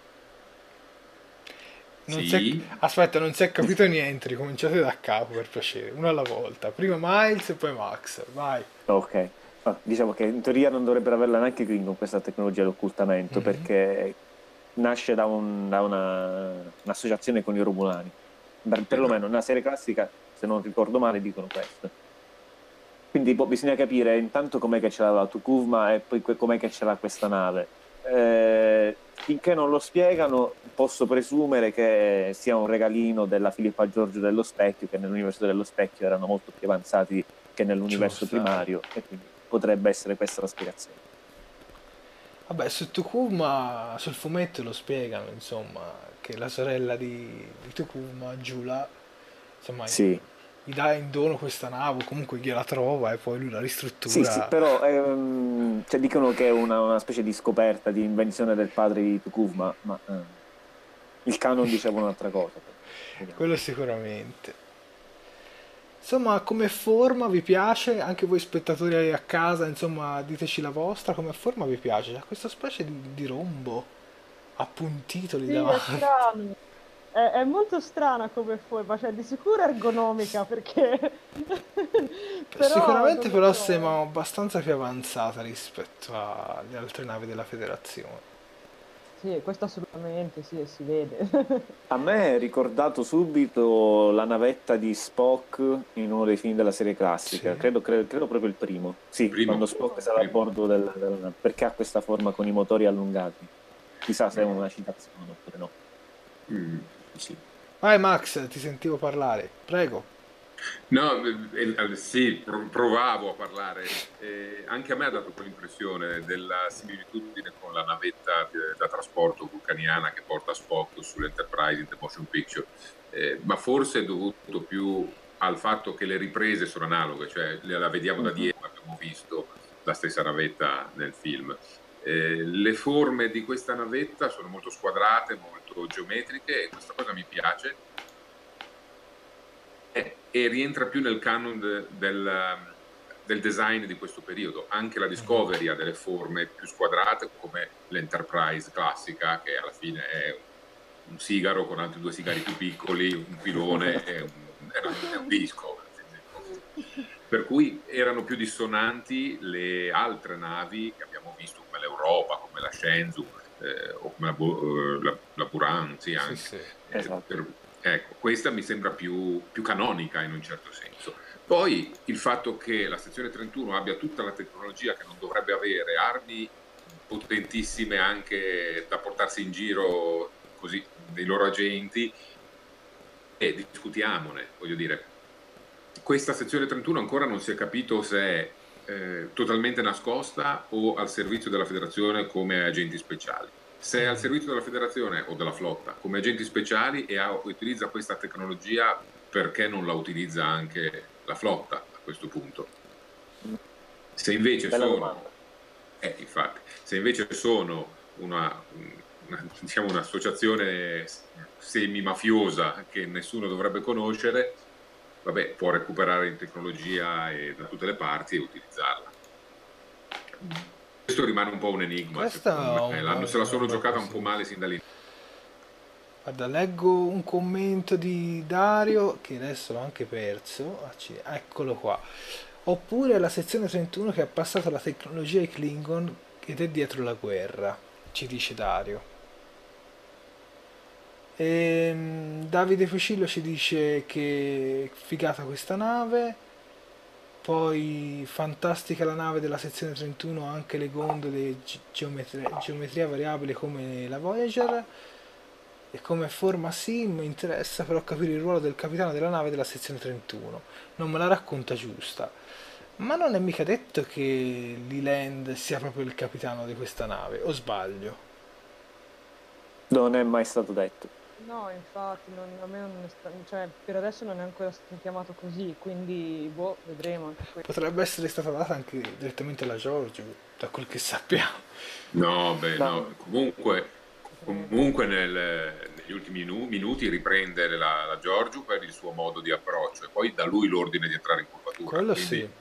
Non si è... Sì, Aspetta, non si è capito niente, ricominciate da capo per piacere, uno alla volta. Prima Miles e poi Max, vai. Ok. Ah, diciamo che in teoria non dovrebbero averla neanche i Klingon questa tecnologia di occultamento, Mhm. perché nasce da un'associazione con i Romulani. Perlomeno esatto. nella serie classica, se non ricordo male, dicono questo. Quindi bisogna capire intanto com'è che ce l'ha la Tukuvma e poi com'è che ce l'ha questa nave. Finché non lo spiegano, posso presumere che sia un regalino della Filippa Giorgio dello Specchio, che nell'universo dello Specchio erano molto più avanzati che Ci può nell'universo stare. primario, e quindi potrebbe essere questa la spiegazione. Vabbè, su Tukuma, sul fumetto lo spiegano, insomma, che la sorella di Tukuma, Giula, insomma, Sì, gli dà in dono questa nave, o comunque gliela trova e poi lui la sì, ristruttura. però cioè, dicono che è una specie di scoperta, di invenzione del padre di Tukuvma, ma il canon diceva un'altra cosa. Però. Vediamo. Quello sicuramente. Insomma, come forma vi piace? Anche voi spettatori a casa, insomma, diteci la vostra, come forma vi piace? C'ha questa specie di rombo appuntito lì Sì, è davanti. strano. È molto strana come forma, cioè di sicuro ergonomica perché... però non Sicuramente lo però so. sembra abbastanza più avanzata rispetto alle altre navi della federazione. Sì, questo assolutamente, sì, e si vede. A me è ricordato subito la navetta di Spock in uno dei film della serie classica, Sì. credo proprio il primo. Sì, Primo. quando Spock sarà a bordo perché ha questa forma con i motori allungati. Chissà se è una citazione oppure no. Sì. Vai Max, ti sentivo parlare, prego. No, sì, provavo a parlare. Anche a me ha dato quell'impressione della similitudine con la navetta da trasporto vulcaniana che porta Spock sull'Enterprise in The Motion Picture, ma forse è dovuto più al fatto che le riprese sono analoghe, cioè la vediamo da dietro, abbiamo visto la stessa navetta nel film. Le forme di questa navetta sono molto squadrate, molto geometriche e questa cosa mi piace. E rientra più nel canon del design di questo periodo. Anche la Discovery ha delle forme più squadrate, come l'Enterprise classica, che alla fine è un sigaro con altri 2 sigari più piccoli, un pilone e un disco. Per cui erano più dissonanti le altre navi che abbiamo visto, come l'Europa, come la Shenzhou, o come la Buran, sì, anche. Sì. Esatto. Ecco, questa mi sembra più canonica in un certo senso. Poi il fatto che la sezione 31 abbia tutta la tecnologia che non dovrebbe avere, armi potentissime anche da portarsi in giro così dei loro agenti, e discutiamone, voglio dire. Questa sezione 31 ancora non si è capito se è totalmente nascosta o al servizio della Federazione come agenti speciali. Se è al servizio della Federazione o della flotta come agenti speciali e utilizza questa tecnologia, perché non la utilizza anche la flotta a questo punto? Se invece infatti, se invece sono diciamo un'associazione semi-mafiosa che nessuno dovrebbe conoscere, vabbè, può recuperare in tecnologia da tutte le parti e utilizzarla. Questo rimane un po' un enigma, secondo me. Se la sono giocata un po' male sin dall'inizio. Guarda, leggo un commento di Dario, che adesso l'ho anche perso. Eccolo qua. Oppure la sezione 31 che ha passato la tecnologia ai Klingon ed è dietro la guerra, ci dice Dario. Davide Fucillo ci dice che figata questa nave. Poi fantastica la nave della sezione 31, anche le gondole, geometria variabile come la Voyager. E come forma sim interessa però capire il ruolo del capitano della nave della sezione 31. Non me la racconta giusta. Ma non è mica detto che Leland sia proprio il capitano di questa nave, o sbaglio? Non è mai stato detto. No, infatti, a me non cioè, per adesso non è ancora stato chiamato così, quindi vedremo anche questo. Potrebbe essere stata data anche direttamente alla Giorgio, da quel che sappiamo. No, comunque negli ultimi minuti riprende la Giorgio per il suo modo di approccio e poi da lui l'ordine di entrare in curvatura. Quello quindi... sì.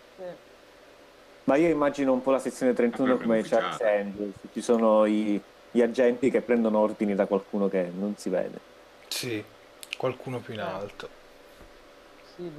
Ma io immagino un po' la sezione 31 come Charles Angels, ci sono gli agenti che prendono ordini da qualcuno che non si vede. Sì, qualcuno più in alto. Sì.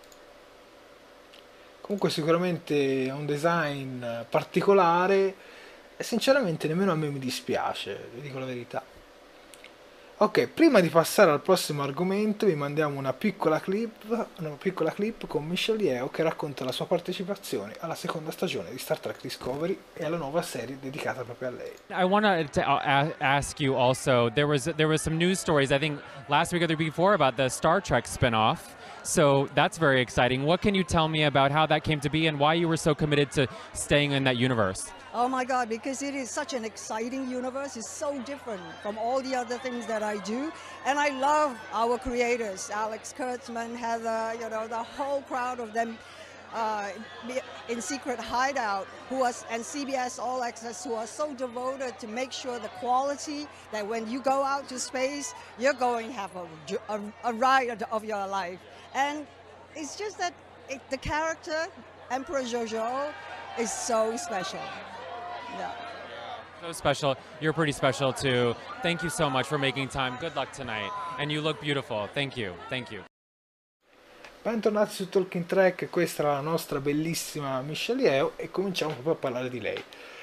Comunque sicuramente è un design particolare e sinceramente nemmeno a me mi dispiace, vi dico la verità. Ok, prima di passare al prossimo argomento vi mandiamo una piccola clip con Michelle Yeoh che racconta la sua partecipazione alla seconda stagione di Star Trek Discovery e alla nuova serie dedicata proprio a lei. I want to ask you also, there was some news stories, I think last week or the week before, about the Star Trek spinoff. So that's very exciting. What can you tell me about how that came to be and why you were so committed to staying in that universe? Oh my God, because it is such an exciting universe. It's so different from all the other things that I do. And I love our creators, Alex Kurtzman, Heather, the whole crowd of them in Secret Hideout, and CBS All Access, who are so devoted to make sure the quality that when you go out to space, you're going to have a ride of your life. And it's just that the character, Emperor Jojo, is so special. Yeah. So special. You're pretty special too. Thank you so much for making time. Good luck tonight. And you look beautiful. Thank you. Thank you. Bentornati su Talking Trek, questa è la nostra bellissima Michelle Yeoh e cominciamo proprio a parlare di lei.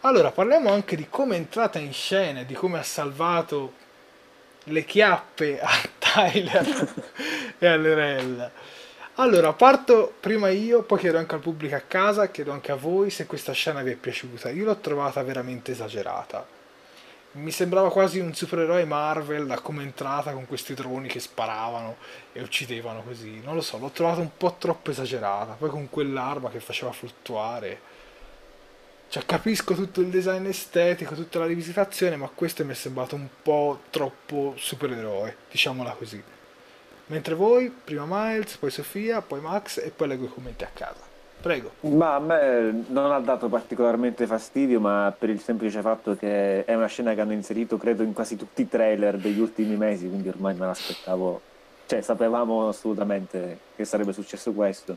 Allora, parliamo anche di come è entrata in scena, di come ha salvato le chiappe a Tyler e a Lerella. Allora, parto prima io, poi chiedo anche al pubblico a casa, chiedo anche a voi se questa scena vi è piaciuta. Io l'ho trovata veramente esagerata. Mi sembrava quasi un supereroe Marvel da come è entrata con questi droni che sparavano e uccidevano così. Non lo so, l'ho trovata un po' troppo esagerata. Poi con quell'arma che faceva fluttuare. Cioè, capisco tutto il design estetico, tutta la rivisitazione, ma questo mi è sembrato un po' troppo supereroe, diciamola così. Mentre voi, prima Miles, poi Sofia, poi Max e poi leggo i commenti a casa. Prego. Ma a me non ha dato particolarmente fastidio, ma per il semplice fatto che è una scena che hanno inserito, credo, in quasi tutti i trailer degli ultimi mesi, quindi ormai me l'aspettavo, cioè sapevamo assolutamente che sarebbe successo questo.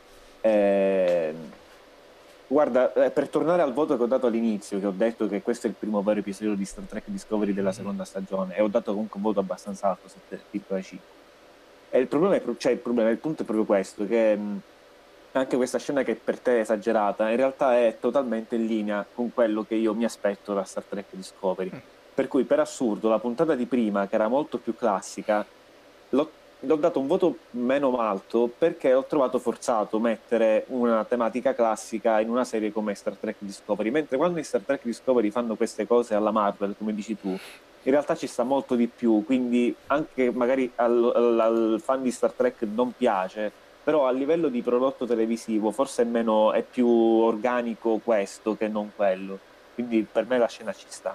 Eh, Guarda, per tornare al voto che ho dato all'inizio, che ho detto che questo è il primo vero episodio di Star Trek Discovery della seconda stagione, e ho dato comunque un voto abbastanza alto, 7,5. E il punto è proprio questo, che anche questa scena che per te è esagerata, in realtà è totalmente in linea con quello che io mi aspetto da Star Trek Discovery. Per cui, per assurdo, la puntata di prima, che era molto più classica, l'ho dato un voto meno alto perché ho trovato forzato mettere una tematica classica in una serie come Star Trek Discovery, mentre quando in Star Trek Discovery fanno queste cose alla Marvel, come dici tu, in realtà ci sta molto di più, quindi anche magari al fan di Star Trek non piace, però a livello di prodotto televisivo forse è più organico questo che non quello, quindi per me la scena ci sta.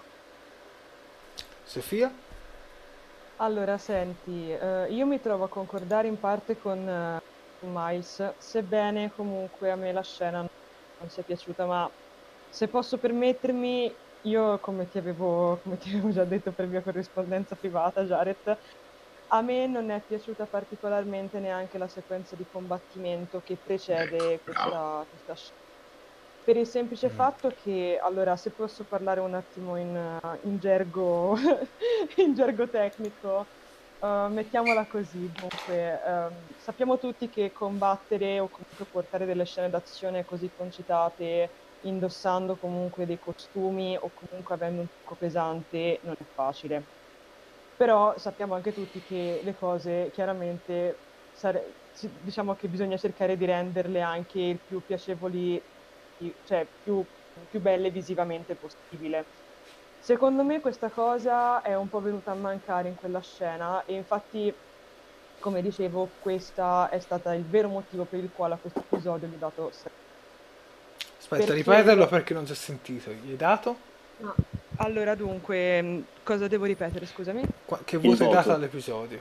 Sofia? Allora, senti, io mi trovo a concordare in parte con Miles, sebbene comunque a me la scena non sia piaciuta, ma se posso permettermi, io come ti avevo già detto per via corrispondenza privata, Jared, a me non è piaciuta particolarmente neanche la sequenza di combattimento che precede questa scena. Per il semplice fatto che, allora, se posso parlare un attimo in gergo, in gergo tecnico, mettiamola così, dunque, sappiamo tutti che combattere o comunque portare delle scene d'azione così concitate, indossando comunque dei costumi o comunque avendo un trucco pesante, non è facile. Però sappiamo anche tutti che le cose chiaramente, diciamo che bisogna cercare di renderle anche il più piacevoli, cioè più belle visivamente possibile. Secondo me questa cosa è un po' venuta a mancare in quella scena e infatti, come dicevo, questo è stato il vero motivo per il quale a questo episodio gli ho dato 6. Aspetta, ripeterlo perché non si è sentito. Gli hai dato? No. Allora, dunque, cosa devo ripetere, scusami? Che voto hai dato voto. all'episodio?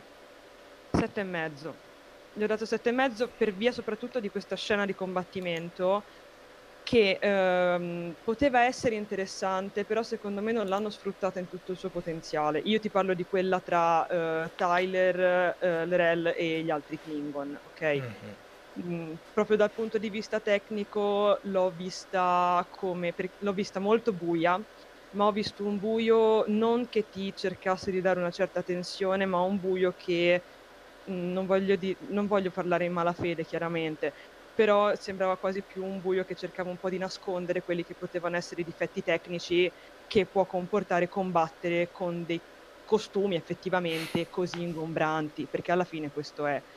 7,5. Gli ho dato 7,5 per via soprattutto di questa scena di combattimento che poteva essere interessante, però secondo me non l'hanno sfruttata in tutto il suo potenziale. Io ti parlo di quella tra Tyler, L'Rell e gli altri Klingon, ok? Proprio dal punto di vista tecnico l'ho vista molto buia, ma ho visto un buio non che ti cercasse di dare una certa tensione, ma un buio che non voglio parlare in malafede chiaramente, però sembrava quasi più un buio che cercava un po' di nascondere quelli che potevano essere i difetti tecnici che può comportare combattere con dei costumi effettivamente così ingombranti, perché alla fine questo è.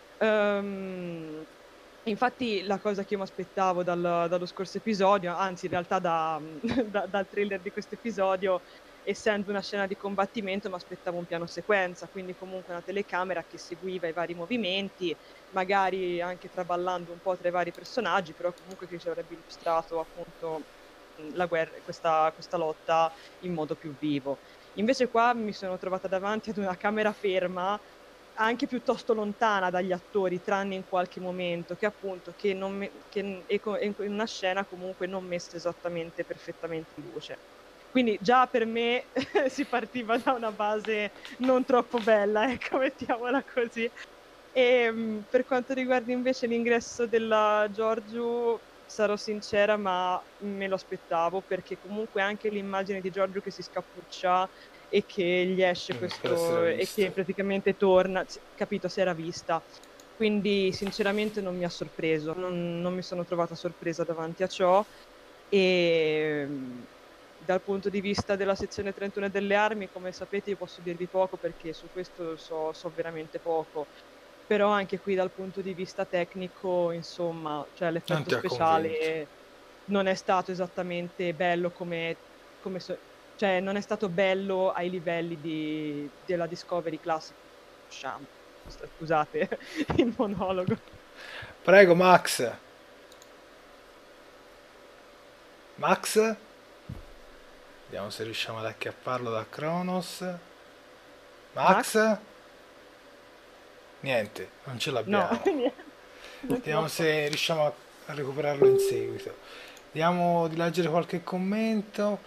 Infatti la cosa che io mi aspettavo dallo scorso episodio, anzi in realtà dal trailer di questo episodio, essendo una scena di combattimento, mi aspettavo un piano sequenza, quindi comunque una telecamera che seguiva i vari movimenti, magari anche traballando un po' tra i vari personaggi, però comunque che ci avrebbe illustrato appunto la guerra, questa lotta in modo più vivo. Invece qua mi sono trovata davanti ad una camera ferma anche piuttosto lontana dagli attori, tranne in qualche momento, che appunto che in una scena comunque non messa esattamente perfettamente in luce. Quindi già per me si partiva da una base non troppo bella, ecco, mettiamola così. E per quanto riguarda invece l'ingresso della Giorgio, sarò sincera, ma me lo aspettavo, perché comunque anche l'immagine di Giorgio che si scappuccia e che gli esce questo e che praticamente torna, capito, si era vista. Quindi sinceramente non mi ha sorpreso, non mi sono trovata sorpresa davanti a ciò e dal punto di vista della sezione 31 e delle armi, come sapete, io posso dirvi poco perché su questo so veramente poco. Però anche qui dal punto di vista tecnico, insomma, cioè Non l'effetto ti ha convinto. speciale non è stato esattamente bello cioè non è stato bello ai livelli della Discovery Classic. Scusate il monologo. Prego, Max. Max? Vediamo se riusciamo ad acchiapparlo da Kronos. Max? Niente, non ce l'abbiamo. No, niente. Vediamo se riusciamo a recuperarlo in seguito. Vediamo di leggere qualche commento.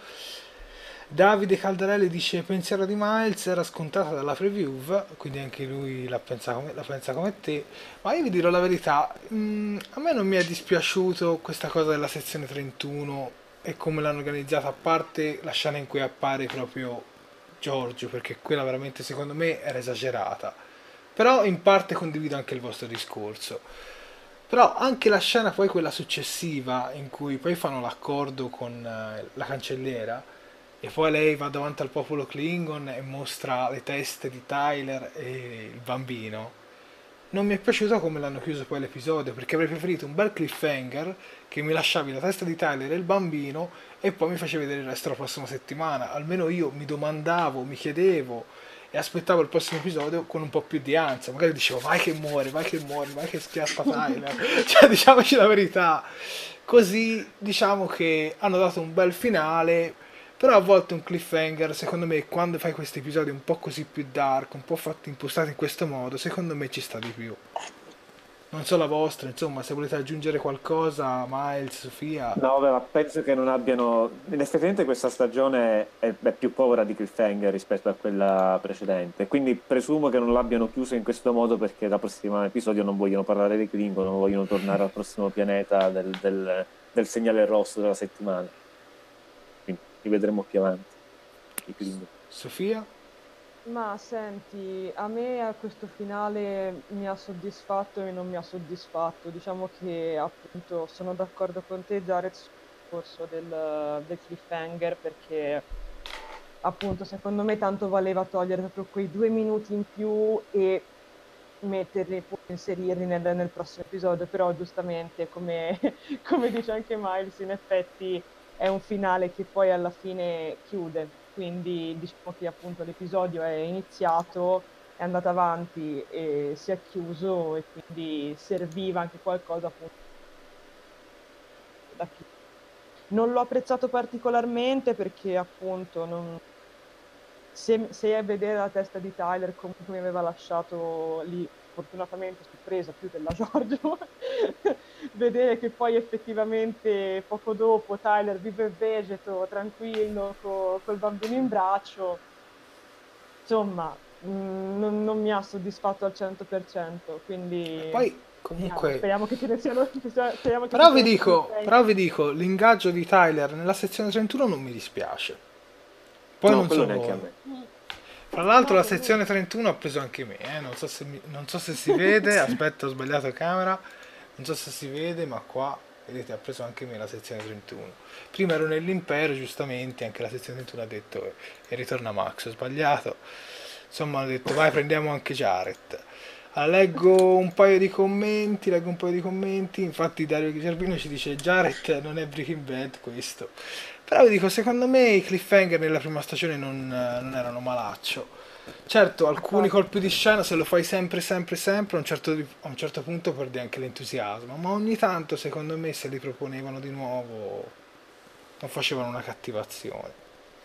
Davide Caldarelli dice: pensiero di Miles era scontata dalla preview, quindi anche lui la pensa come te. Ma io vi dirò la verità, a me non mi è dispiaciuto questa cosa della sezione 31 e come l'hanno organizzata, a parte la scena in cui appare proprio Giorgio, perché quella veramente secondo me era esagerata. Però in parte condivido anche il vostro discorso. Però anche la scena poi quella successiva in cui poi fanno l'accordo con la cancelliera e poi lei va davanti al popolo Klingon e mostra le teste di Tyler e il bambino. Non mi è piaciuto come l'hanno chiuso poi l'episodio, perché avrei preferito un bel cliffhanger che mi lasciavi la testa di Tyler e il bambino e poi mi facevi vedere il resto la prossima settimana. Almeno io mi domandavo, mi chiedevo e aspettavo il prossimo episodio con un po' più di ansia. Magari dicevo vai che muore, vai che muore, vai che schiatta Tyler. Cioè, diciamoci la verità. Così diciamo che hanno dato un bel finale. Però a volte un cliffhanger, secondo me, quando fai questi episodi un po' così più dark, un po' fatti impostati in questo modo, secondo me ci sta di più. Non so la vostra, insomma, se volete aggiungere qualcosa, Miles, Sofia. No, beh, ma penso che non abbiano. Effettivamente questa stagione è più povera di cliffhanger rispetto a quella precedente. Quindi presumo che non l'abbiano chiuso in questo modo perché dal prossimo episodio non vogliono parlare di Klingon, non vogliono tornare al prossimo pianeta del segnale rosso della settimana. Quindi li vedremo più avanti. I Klingon. Sofia? Ma senti, a me a questo finale mi ha soddisfatto e non mi ha soddisfatto. Diciamo che appunto sono d'accordo con te, Jared, sul discorso del cliffhanger, perché appunto secondo me tanto valeva togliere proprio quei 2 minuti in più e metterli, poi inserirli nel prossimo episodio. Però giustamente, come dice anche Miles, in effetti è un finale che poi alla fine chiude. Quindi diciamo che appunto l'episodio è iniziato, è andato avanti e si è chiuso, e quindi serviva anche qualcosa appunto da chiudere. Non l'ho apprezzato particolarmente perché appunto se a vedere la testa di Tyler comunque mi aveva lasciato lì fortunatamente sorpresa più della Giorgio vedere che poi effettivamente poco dopo Tyler vive e vegeto tranquillo col bambino in braccio, insomma non mi ha soddisfatto al 100%, quindi Poi comunque speriamo che ce ne siano speriamo che però ci vi siano dico, l'ingaggio di Tyler nella sezione 31 non mi dispiace. Poi No, non quello so neanche a voi. me. Fra l'altro la sezione 31 ha preso anche me, non so se si vede, aspetta, ho sbagliato camera, non so se si vede, ma qua, vedete, ha preso anche me la sezione 31. Prima ero nell'impero, giustamente, anche la sezione 31 ha detto, e ritorna Max, ho sbagliato. Insomma, hanno detto, vai, prendiamo anche Jared. Allora, leggo un paio di commenti, infatti Dario Cervino ci dice, Jared non è Breaking Bad questo. Però vi dico, secondo me i cliffhanger nella prima stagione non erano malaccio. Certo, alcuni colpi di scena, se lo fai sempre, a un certo punto perdi anche l'entusiasmo, ma ogni tanto, secondo me, se li proponevano di nuovo, non facevano una cattivazione.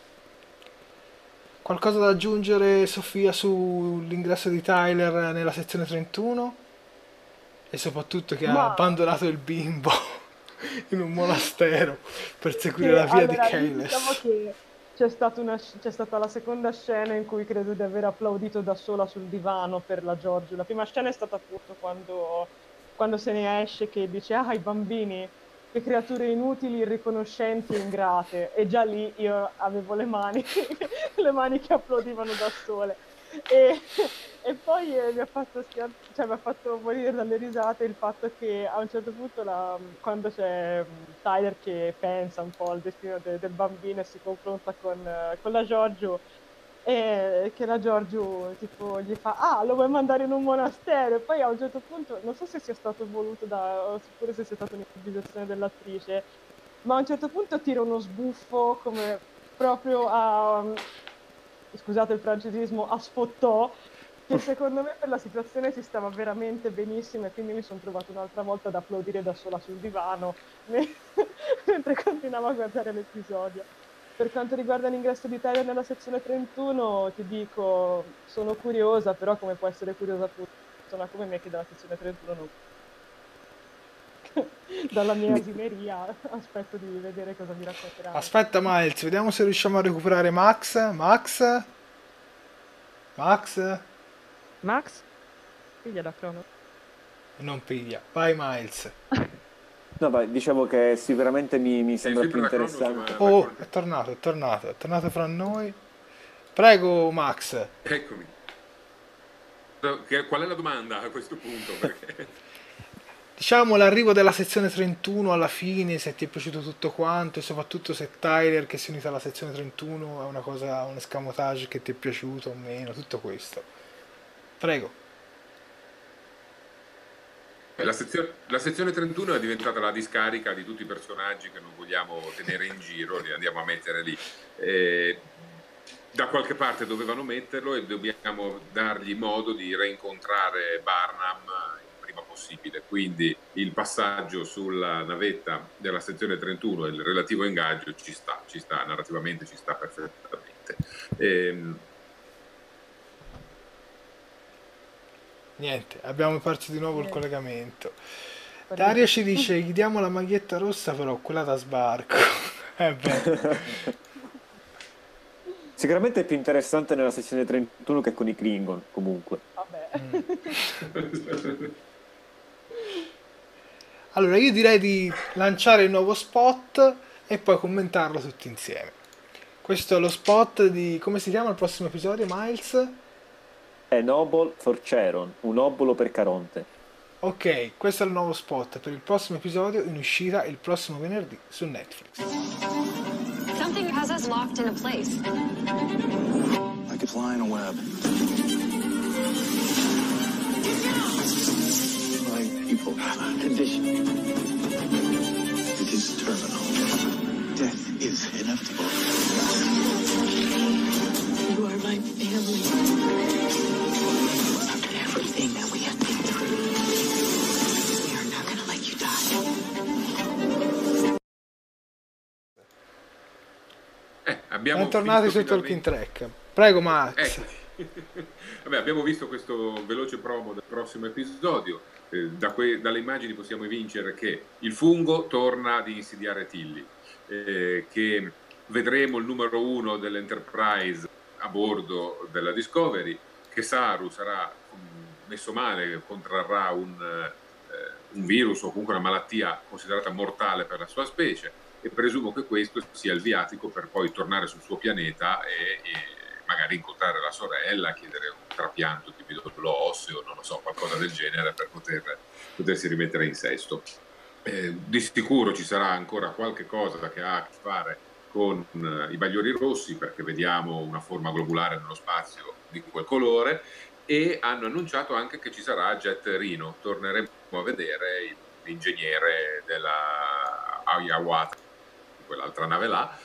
Qualcosa da aggiungere, Sofia, sull'ingresso di Tyler nella sezione 31? E soprattutto che ha abbandonato il bimbo in un monastero per seguire la via di Keyles. Diciamo che c'è stata la seconda scena in cui credo di aver applaudito da sola sul divano per la Giorgio. La prima scena è stata appunto quando se ne esce, che dice i bambini, che creature inutili, irriconoscenti e ingrate, e già lì io avevo le mani che applaudivano da sole. E poi mi ha fatto cioè, mi ha fatto morire dalle risate il fatto che a un certo punto, quando c'è Tyler che pensa un po' al destino del bambino e si confronta con la Giorgio, e che la Giorgio tipo gli fa lo vuoi mandare in un monastero, e poi a un certo punto non so se sia stato voluto oppure se sia stata un'improvvisazione dell'attrice, ma a un certo punto tira uno sbuffo come proprio scusate il francesismo, a sfottò, che secondo me per la situazione si stava veramente benissimo, e quindi mi sono trovata un'altra volta ad applaudire da sola sul divano mentre continuavo a guardare l'episodio. Per quanto riguarda l'ingresso di Tyler nella sezione 31, ti dico, sono curiosa, però come può essere curiosa appunto una persona come me che dalla sezione 31 non... dalla mia asimeria aspetto di vedere cosa mi racconterà. Aspetta Miles, vediamo se riusciamo a recuperare Max. Max? Piglia da crono. Non piglia. Vai Miles. No, beh, dicevo che sicuramente mi sembra più interessante. Oh, è tornato fra noi. Prego Max. Eccomi. Qual è la domanda a questo punto? Perché... Diciamo l'arrivo della sezione 31 alla fine, se ti è piaciuto tutto quanto, e soprattutto se Tyler che si è unita alla sezione 31 è una cosa, un escamotage che ti è piaciuto o meno, tutto questo. Prego. La sezione 31 è diventata la discarica di tutti i personaggi che non vogliamo tenere in giro, li andiamo a mettere lì. Da qualche parte dovevano metterlo e dobbiamo dargli modo di reincontrare Barnum il prima possibile. Quindi il passaggio sulla navetta della sezione 31 e il relativo ingaggio ci sta, narrativamente ci sta perfettamente. Niente, abbiamo perso di nuovo il collegamento. Dario ci dice: gli diamo la maglietta rossa, però quella da sbarco. Sicuramente è più interessante nella sezione 31 che con i Klingon, comunque. Vabbè. Allora io direi di lanciare il nuovo spot e poi commentarlo tutti insieme. Questo è lo spot di... come si chiama il prossimo episodio, Miles? È Noble for Cheron, un obolo per Caronte. Ok, questo è il nuovo spot per il prossimo episodio, in uscita il prossimo venerdì su Netflix. Something has us locked in a place. Like a fly in a web. Like people have a condition. It is terminal. Death is inevitable. You are my family. After everything that we have been through, we are not gonna let you die. Bentornati su Talking Track. Prego Max. Vabbè, abbiamo visto questo veloce promo del prossimo episodio. Dalle immagini possiamo evincere che il fungo torna ad insidiare Tilly, che vedremo il numero 1 dell'Enterprise a bordo della Discovery, che Saru sarà messo male, contrarrà un virus o comunque una malattia considerata mortale per la sua specie, e presumo che questo sia il viatico per poi tornare sul suo pianeta e magari incontrare la sorella, chiedere un trapianto di midollo osseo, non lo so, qualcosa del genere per potersi rimettere in sesto. Di sicuro ci sarà ancora qualche cosa che ha a che fare con i bagliori rossi, perché vediamo una forma globulare nello spazio di quel colore, e hanno annunciato anche che ci sarà Jet Reno. Torneremo a vedere l'ingegnere della Hiawatha, quell'altra nave là,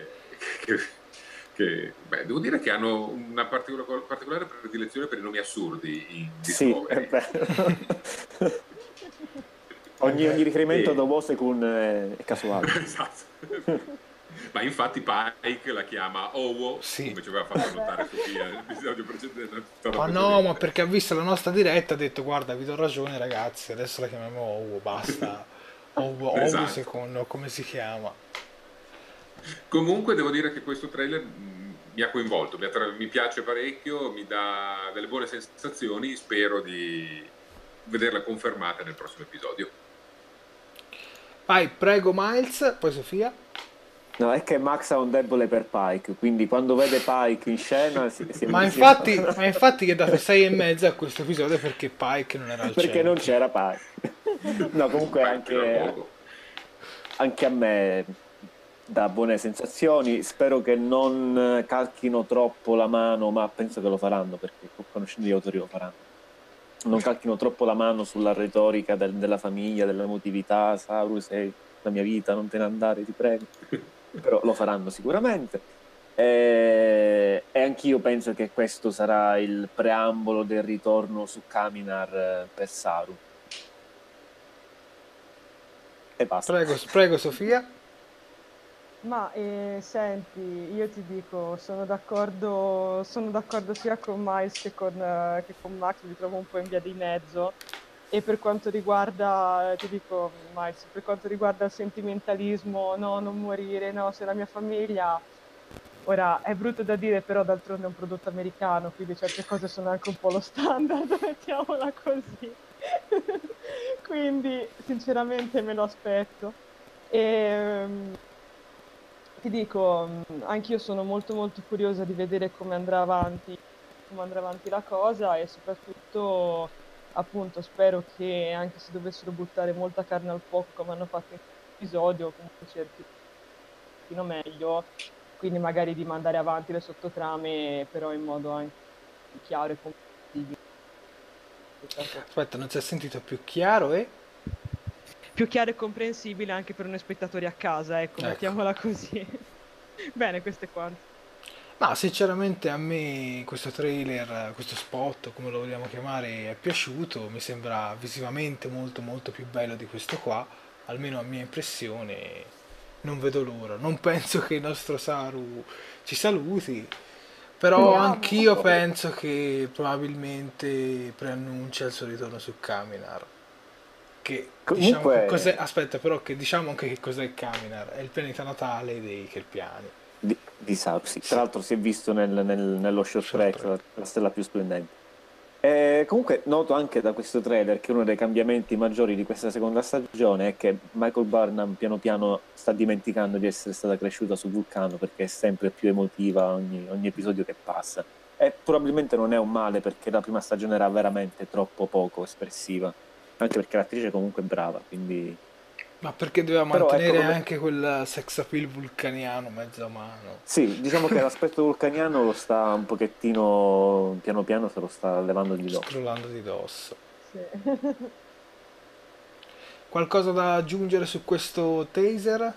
che devo dire che hanno una particolare predilezione per i nomi assurdi in Discovery. Sì, ogni riferimento ad Ovosecun è casuale. Esatto. Ma infatti Pike la chiama Owo, sì, come ci aveva fatto notare Sofia nell'episodio precedente. Ma no, ma perché ha visto la nostra diretta ha detto: guarda, vi do ragione ragazzi, adesso la chiamiamo Owo, basta. Owo, esatto. Secondo come si chiama. Comunque devo dire che questo trailer mi ha coinvolto, mi piace parecchio, mi dà delle buone sensazioni, spero di vederla confermata nel prossimo episodio. Vai, prego Miles, poi Sofia. No, è che Max ha un debole per Pike, quindi quando vede Pike in scena si ma infatti gli ha dato 6,5 a questo episodio perché Pike non era al perché centro. non c'era Pike. No, comunque anche a me dà buone sensazioni. Spero che non calchino troppo la mano, ma penso che lo faranno, perché conoscendo gli autori lo faranno. Non calchino troppo la mano sulla retorica della famiglia, dell'emotività. Saru, sei la mia vita, non te ne andare, ti prego. Però lo faranno sicuramente. E anch'io penso che questo sarà il preambolo del ritorno su Kaminar per Saru. E basta. Prego Sofia. Ma senti, io ti dico, sono d'accordo sia con Miles che con Max, li trovo un po' in via di mezzo. E per quanto riguarda, ti dico Miles, per quanto riguarda il sentimentalismo, no, non morire, no, sei la mia famiglia. Ora, è brutto da dire, però d'altronde è un prodotto americano, quindi certe cose sono anche un po' lo standard, mettiamola così. Quindi, sinceramente, me lo aspetto. Ti dico, anch'io sono molto molto curiosa di vedere come andrà avanti la cosa e soprattutto, appunto, spero che anche se dovessero buttare molta carne al fuoco come hanno fatto in questo episodio, comunque cerchino meglio, quindi magari di mandare avanti le sottotrame, però in modo anche chiaro e comprensibile. Aspetta, non si è sentito più chiaro Più chiaro e comprensibile anche per noi spettatori a casa, ecco. Mettiamola così. Bene, questo è quanto. No, sinceramente a me questo trailer, questo spot, come lo vogliamo chiamare, è piaciuto, mi sembra visivamente molto molto più bello di questo qua, almeno a mia impressione, non vedo l'ora, non penso che il nostro Saru ci saluti, però anch'io penso che probabilmente preannuncia il suo ritorno su Kaminar. Che diciamo che cos'è, aspetta, però che diciamo anche che cos'è Kaminar, è il pianeta natale dei Kelpiani. Di Saru, sì. Tra l'altro si è visto nello short track la stella più splendente. Comunque noto anche da questo trailer che uno dei cambiamenti maggiori di questa seconda stagione è che Michael Burnham piano piano sta dimenticando di essere stata cresciuta su Vulcano, perché è sempre più emotiva ogni episodio che passa, e probabilmente non è un male, perché la prima stagione era veramente troppo poco espressiva, anche perché l'attrice comunque è brava, quindi... Ma perché doveva mantenere anche quel sex appeal vulcaniano mezzo a mano? Sì, diciamo che l'aspetto vulcaniano lo sta un pochettino, piano piano se lo sta levando di dosso. Scrollando di dosso. Sì. Qualcosa da aggiungere su questo taser?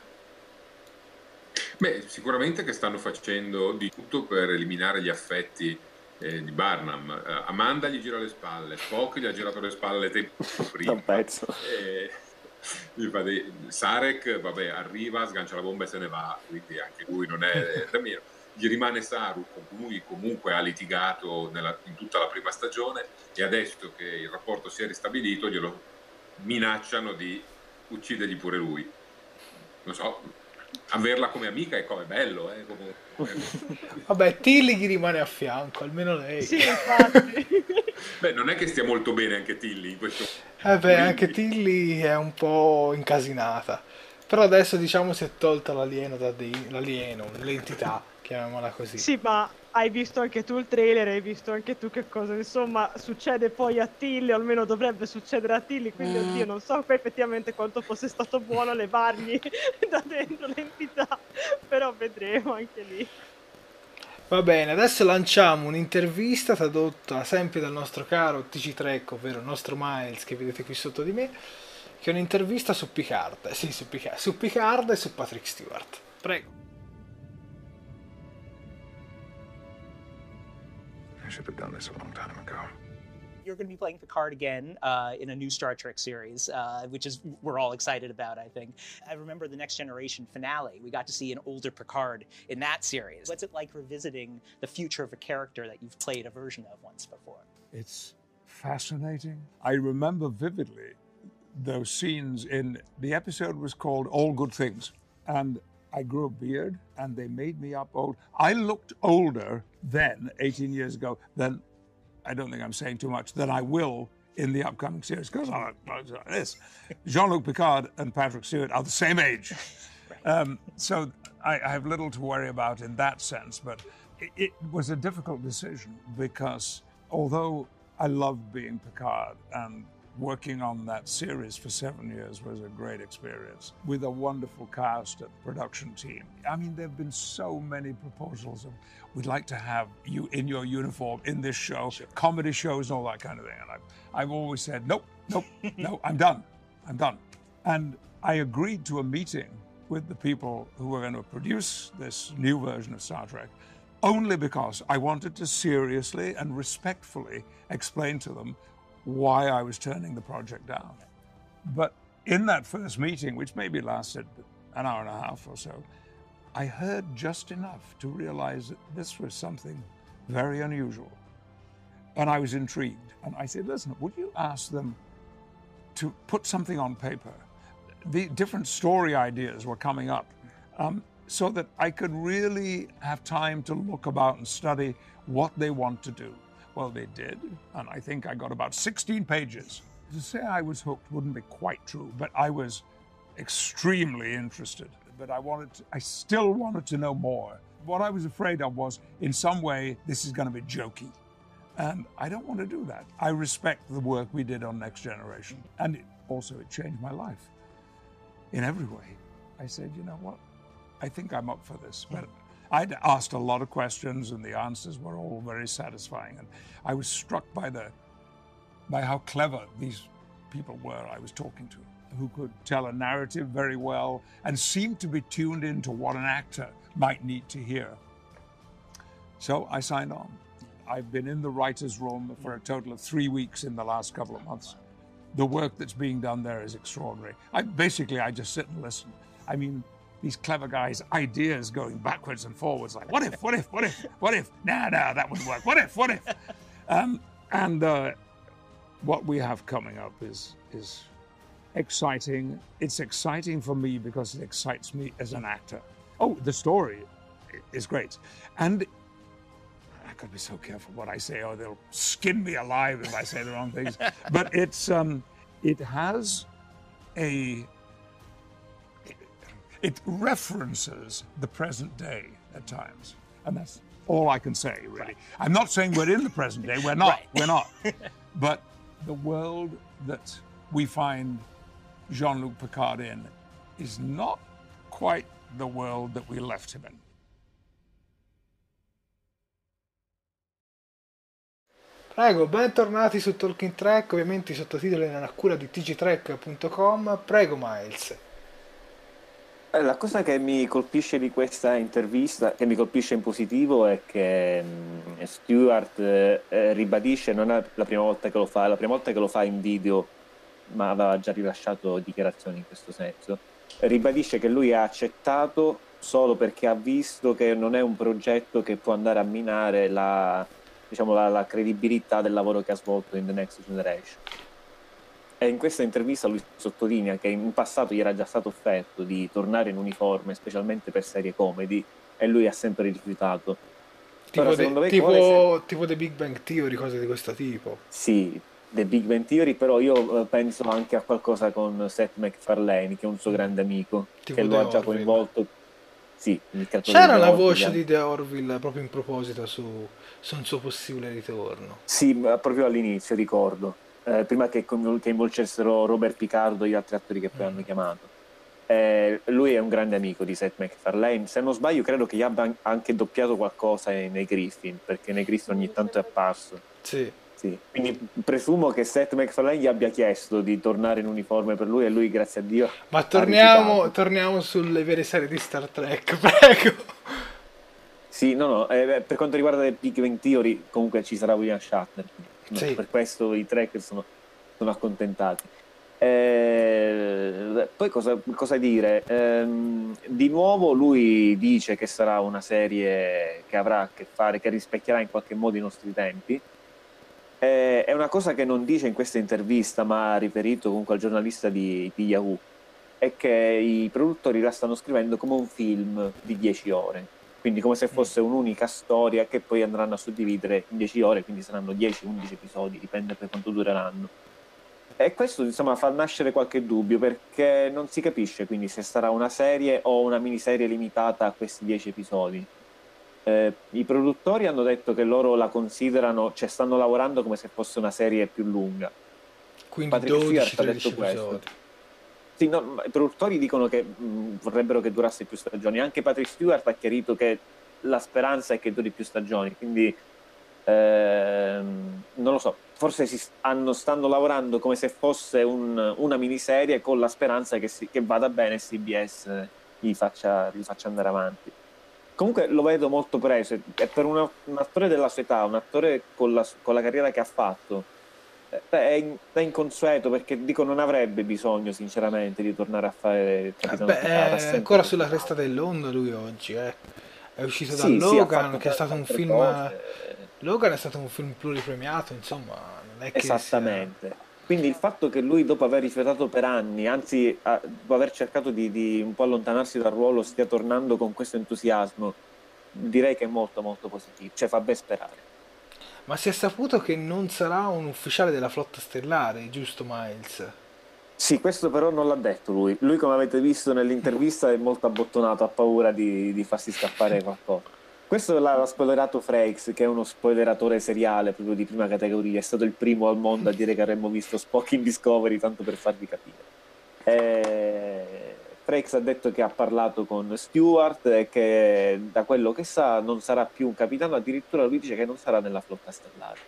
Beh, sicuramente che stanno facendo di tutto per eliminare gli affetti di Burnham. Amanda gli gira le spalle, Spock gli ha girato le spalle tempo prima. Un pezzo. Sarek, vabbè, arriva, sgancia la bomba e se ne va, quindi anche lui non è da meno. Gli rimane Saru, con cui comunque ha litigato in tutta la prima stagione, e adesso che il rapporto si è ristabilito glielo minacciano di uccidergli pure lui. Non so, averla come amica è come bello, Vabbè, Tilly gli rimane a fianco, almeno lei. Sì, infatti. Beh, non è che stia molto bene anche Tilly in questo anche Tilly è un po' incasinata. Però adesso diciamo si è tolta l'alieno l'entità, chiamiamola così. Sì, ma hai visto anche tu il trailer, hai visto anche tu che cosa insomma succede poi a Tilly, o almeno dovrebbe succedere a Tilly, quindi oddio, non so effettivamente quanto fosse stato buono levargli da dentro l'entità, però vedremo anche lì. Va bene, adesso lanciamo un'intervista tradotta sempre dal nostro caro TG Trek, ovvero il nostro Miles che vedete qui sotto di me, che è un'intervista su Picard, su Picard e su Patrick Stewart. Prego. I should have done this a long time ago. You're going to be playing Picard again in a new Star Trek series, which is we're all excited about, I think. I remember the Next Generation finale. We got to see an older Picard in that series. What's it like revisiting the future of a character that you've played a version of once before? It's fascinating. I remember vividly those scenes in... The episode was called All Good Things. And I grew a beard, and they made me up old. I looked older then, 18 years ago, than... I don't think I'm saying too much, than I will in the upcoming series, because this. Jean-Luc Picard and Patrick Stewart are the same age. So I have little to worry about in that sense, but it was a difficult decision because although I loved being Picard and working on that series for 7 years was a great experience with a wonderful cast and production team. I mean, there have been so many proposals of, we'd like to have you in your uniform in this show, comedy shows and all that kind of thing. And I've always said, nope, no, I'm done. And I agreed to a meeting with the people who were going to produce this new version of Star Trek only because I wanted to seriously and respectfully explain to them why I was turning the project down. But in that first meeting, which maybe lasted an hour and a half or so, I heard just enough to realize that this was something very unusual. And I was intrigued. And I said, listen, would you ask them to put something on paper? The different story ideas were coming up so that I could really have time to look about and study what they want to do. Well, they did, and I think I got about 16 pages. To say I was hooked wouldn't be quite true, but I was extremely interested. But I still wanted to know more. What I was afraid of was, in some way, this is going to be jokey. And I don't want to do that. I respect the work we did on Next Generation. And it changed my life in every way. I said, you know what? I think I'm up for this. But I'd asked a lot of questions and the answers were all very satisfying. And I was struck by how clever these people were I was talking to, who could tell a narrative very well and seemed to be tuned into what an actor might need to hear. So I signed on. I've been in the writer's room for a total of 3 weeks in the last couple of months. The work that's being done there is extraordinary. I just sit and listen. I mean, these clever guys' ideas going backwards and forwards, like, what if? No, that wouldn't work. What if? What we have coming up is exciting. It's exciting for me because it excites me as an actor. Oh, the story is great. And I could be so careful what I say, or they'll skin me alive if I say the wrong things. But it references the present day at times. And that's all I can say, really. Right. I'm not saying we're in the present day. We're not. Right. We're not. But the world that we find Jean-Luc Picard in is not quite the world that we left him in. Prego, bentornati su Talking Trek. Ovviamente i sottotitoli erano a cura di tgtrek.com. Prego, Miles. La cosa che mi colpisce di questa intervista, che mi colpisce in positivo, è che Stewart ribadisce, non è la prima volta che lo fa, è la prima volta che lo fa in video, ma aveva già rilasciato dichiarazioni in questo senso. Ribadisce che lui ha accettato solo perché ha visto che non è un progetto che può andare a minare la credibilità del lavoro che ha svolto in The Next Generation. E in questa intervista lui sottolinea che in passato gli era già stato offerto di tornare in uniforme, specialmente per serie comedy, e lui ha sempre rifiutato. Tipo The Big Bang Theory, cose di questo tipo. Sì, The Big Bang Theory, però io penso anche a qualcosa con Seth MacFarlane, che è un suo grande amico, tipo che lo ha già coinvolto. Sì, c'era una voce di The Orville proprio in proposito su un suo possibile ritorno. Sì, proprio all'inizio, ricordo. Prima che coinvolgessero Robert Picardo e gli altri attori che poi hanno chiamato. Lui è un grande amico di Seth MacFarlane. Se non sbaglio, credo che gli abbia anche doppiato qualcosa nei Griffin, perché nei Griffin ogni tanto è apparso. Sì. Quindi presumo che Seth MacFarlane gli abbia chiesto di tornare in uniforme per lui, e lui, grazie a Dio. Ma torniamo sulle vere serie di Star Trek, prego. Sì, per quanto riguarda The Big Bang Theory, comunque ci sarà William Shatner. Sì. Per questo i tracker sono accontentati. Poi cosa dire? Di nuovo lui dice che sarà una serie che avrà a che fare, che rispecchierà in qualche modo i nostri tempi. È una cosa che non dice in questa intervista, ma ha riferito comunque al giornalista di Yahoo, è che i produttori la stanno scrivendo come un film di 10 ore. Quindi come se fosse un'unica storia che poi andranno a suddividere in 10 ore, quindi saranno 10-11 episodi, dipende per quanto dureranno. E questo insomma fa nascere qualche dubbio, perché non si capisce quindi se sarà una serie o una miniserie limitata a questi 10 episodi. I produttori hanno detto che loro la considerano, cioè stanno lavorando come se fosse una serie più lunga. Quindi Patrick Stewart ha 12-13 detto questo. episodi. Sì, no, ma i produttori dicono che vorrebbero che durasse più stagioni. Anche Patrick Stewart ha chiarito che la speranza è che duri più stagioni, quindi non lo so, forse stanno lavorando come se fosse una miniserie, con la speranza che vada bene e CBS li faccia andare avanti. Comunque lo vedo molto preso, e per un attore della sua età, un attore con la carriera che ha fatto, è inconsueto, perché dico non avrebbe bisogno sinceramente di tornare a fare Capitano Picard. È ancora sulla cresta dell'onda lui oggi, È uscito da Sì, Logan, che è stato un altre film... cose. Logan è stato un film pluripremiato, insomma, non è che Esattamente. Quindi il fatto che lui, dopo aver rifiutato per anni, anzi dopo aver cercato di un po' allontanarsi dal ruolo, stia tornando con questo entusiasmo, direi che è molto molto positivo, cioè fa ben sperare. Ma si è saputo che non sarà un ufficiale della flotta stellare, giusto Miles? Sì, questo però non l'ha detto lui. Lui, come avete visto nell'intervista, è molto abbottonato, ha paura di farsi scappare qualcosa. Questo l'ha spoilerato Frakes, che è uno spoileratore seriale proprio di prima categoria. È stato il primo al mondo a dire che avremmo visto Spock in Discovery, tanto per farvi capire. Frakes ha detto che ha parlato con Stewart e che, da quello che sa, non sarà più un capitano. Addirittura lui dice che non sarà nella flotta stellare.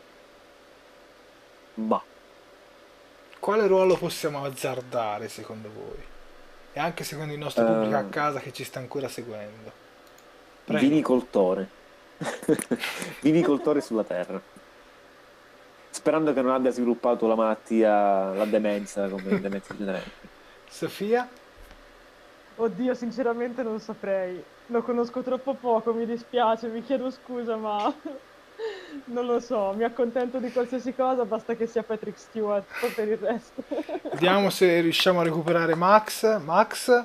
Ma quale ruolo possiamo azzardare secondo voi? E anche secondo il nostro pubblico a casa che ci sta ancora seguendo? Prego. Vinicoltore. Vinicoltore sulla Terra. Sperando che non abbia sviluppato la malattia, la demenza, come demenza generale. Sofia? Oddio, sinceramente non saprei. Lo conosco troppo poco, mi dispiace, mi chiedo scusa, ma non lo so. Mi accontento di qualsiasi cosa, basta che sia Patrick Stewart, poi per il resto. Vediamo se riusciamo a recuperare Max. Max?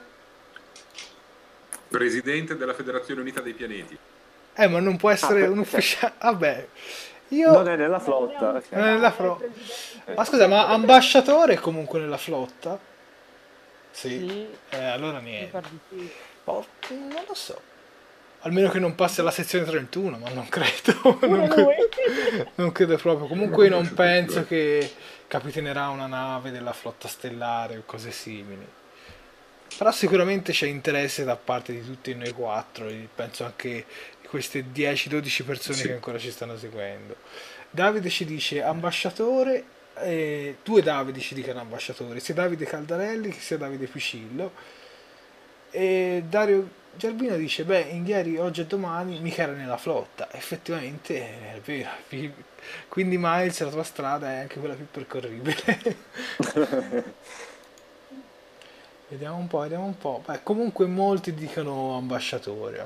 Presidente della Federazione Unita dei Pianeti. Ma non può essere un ufficiale. Vabbè, io. Non è nella flotta. Non è nella flotta. Ma scusa, ma ambasciatore è comunque nella flotta? Sì. Allora niente. Non lo so. Almeno che non passi alla sezione 31, ma non credo. Non credo proprio. Comunque non penso che capitanerà una nave della flotta stellare o cose simili. Però sicuramente c'è interesse da parte di tutti noi 4, e penso anche di queste 10-12 persone che ancora ci stanno seguendo. Davide ci dice ambasciatore, 2 Davide ci dicono ambasciatori, sia Davide Caldarelli che sia Davide Picillo, e Dario Giarbino dice ieri, oggi e domani mica era nella flotta. Effettivamente è vero, quindi Miles, la tua strada è anche quella più percorribile. Vediamo un po'. Comunque molti dicono ambasciatore.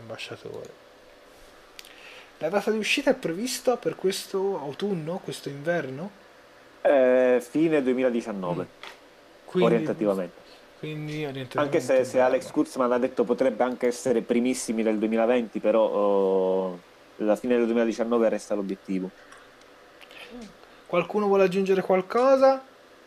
La data di uscita è prevista per questo autunno, questo inverno? Fine 2019, orientativamente. Quindi anche se Alex Kurtzman ha detto potrebbe anche essere primissimi del 2020, però la fine del 2019 resta l'obiettivo. Qualcuno vuole aggiungere qualcosa?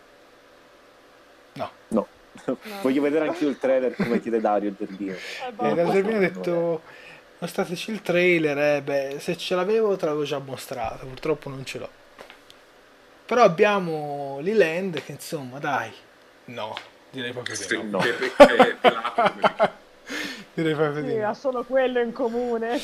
No. Voglio vedere anche io il trailer, come chiede Dario Zerbino. Dario Zerbino ha detto mostrateci il trailer, se ce l'avevo te l'avevo già mostrato, purtroppo non ce l'ho. Però abbiamo Leland che insomma dai, no, direi proprio di no. Direi proprio di no. Ha solo quello in comune.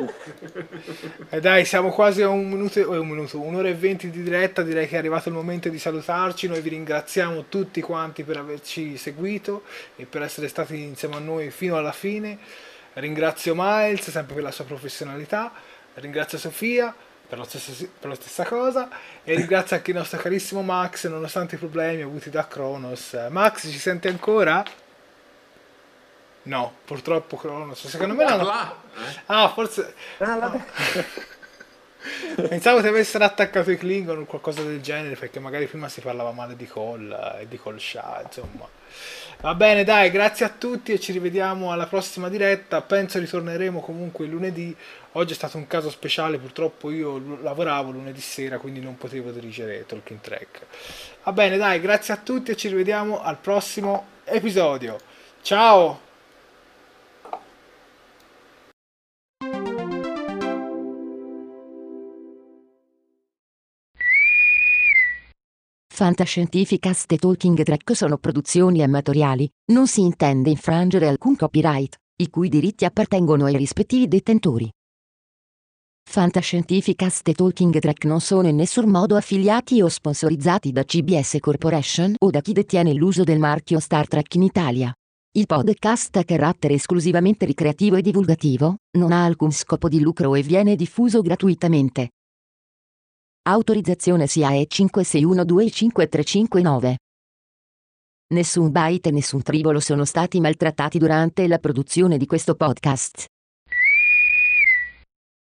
Dai, siamo quasi a un'ora e 20 di diretta, direi che è arrivato il momento di salutarci. Noi vi ringraziamo tutti quanti per averci seguito e per essere stati insieme a noi fino alla fine. Ringrazio Miles sempre per la sua professionalità, ringrazio Sofia per la stessa cosa, e ringrazio anche il nostro carissimo Max nonostante i problemi avuti da Kronos. Max, ci sente ancora? No, purtroppo Kronos, secondo me no. Forse Pensavo ti avessero attaccato i Klingon o qualcosa del genere, perché magari prima si parlava male di Cole e di Cole Shah, insomma. Va bene, dai, grazie a tutti e ci rivediamo alla prossima diretta. Penso ritorneremo comunque lunedì. Oggi è stato un caso speciale, purtroppo io lavoravo lunedì sera, quindi non potevo dirigere Talking Track. Va bene, dai, grazie a tutti e ci rivediamo al prossimo episodio. Ciao! Fantascientificast e Talking Track sono produzioni amatoriali, non si intende infrangere alcun copyright, i cui diritti appartengono ai rispettivi detentori. Fantascientificast e Talking Track non sono in nessun modo affiliati o sponsorizzati da CBS Corporation o da chi detiene l'uso del marchio Star Trek in Italia. Il podcast ha carattere esclusivamente ricreativo e divulgativo, non ha alcun scopo di lucro e viene diffuso gratuitamente. Autorizzazione SIAE 56125359. Nessun byte e nessun tribolo sono stati maltrattati durante la produzione di questo podcast.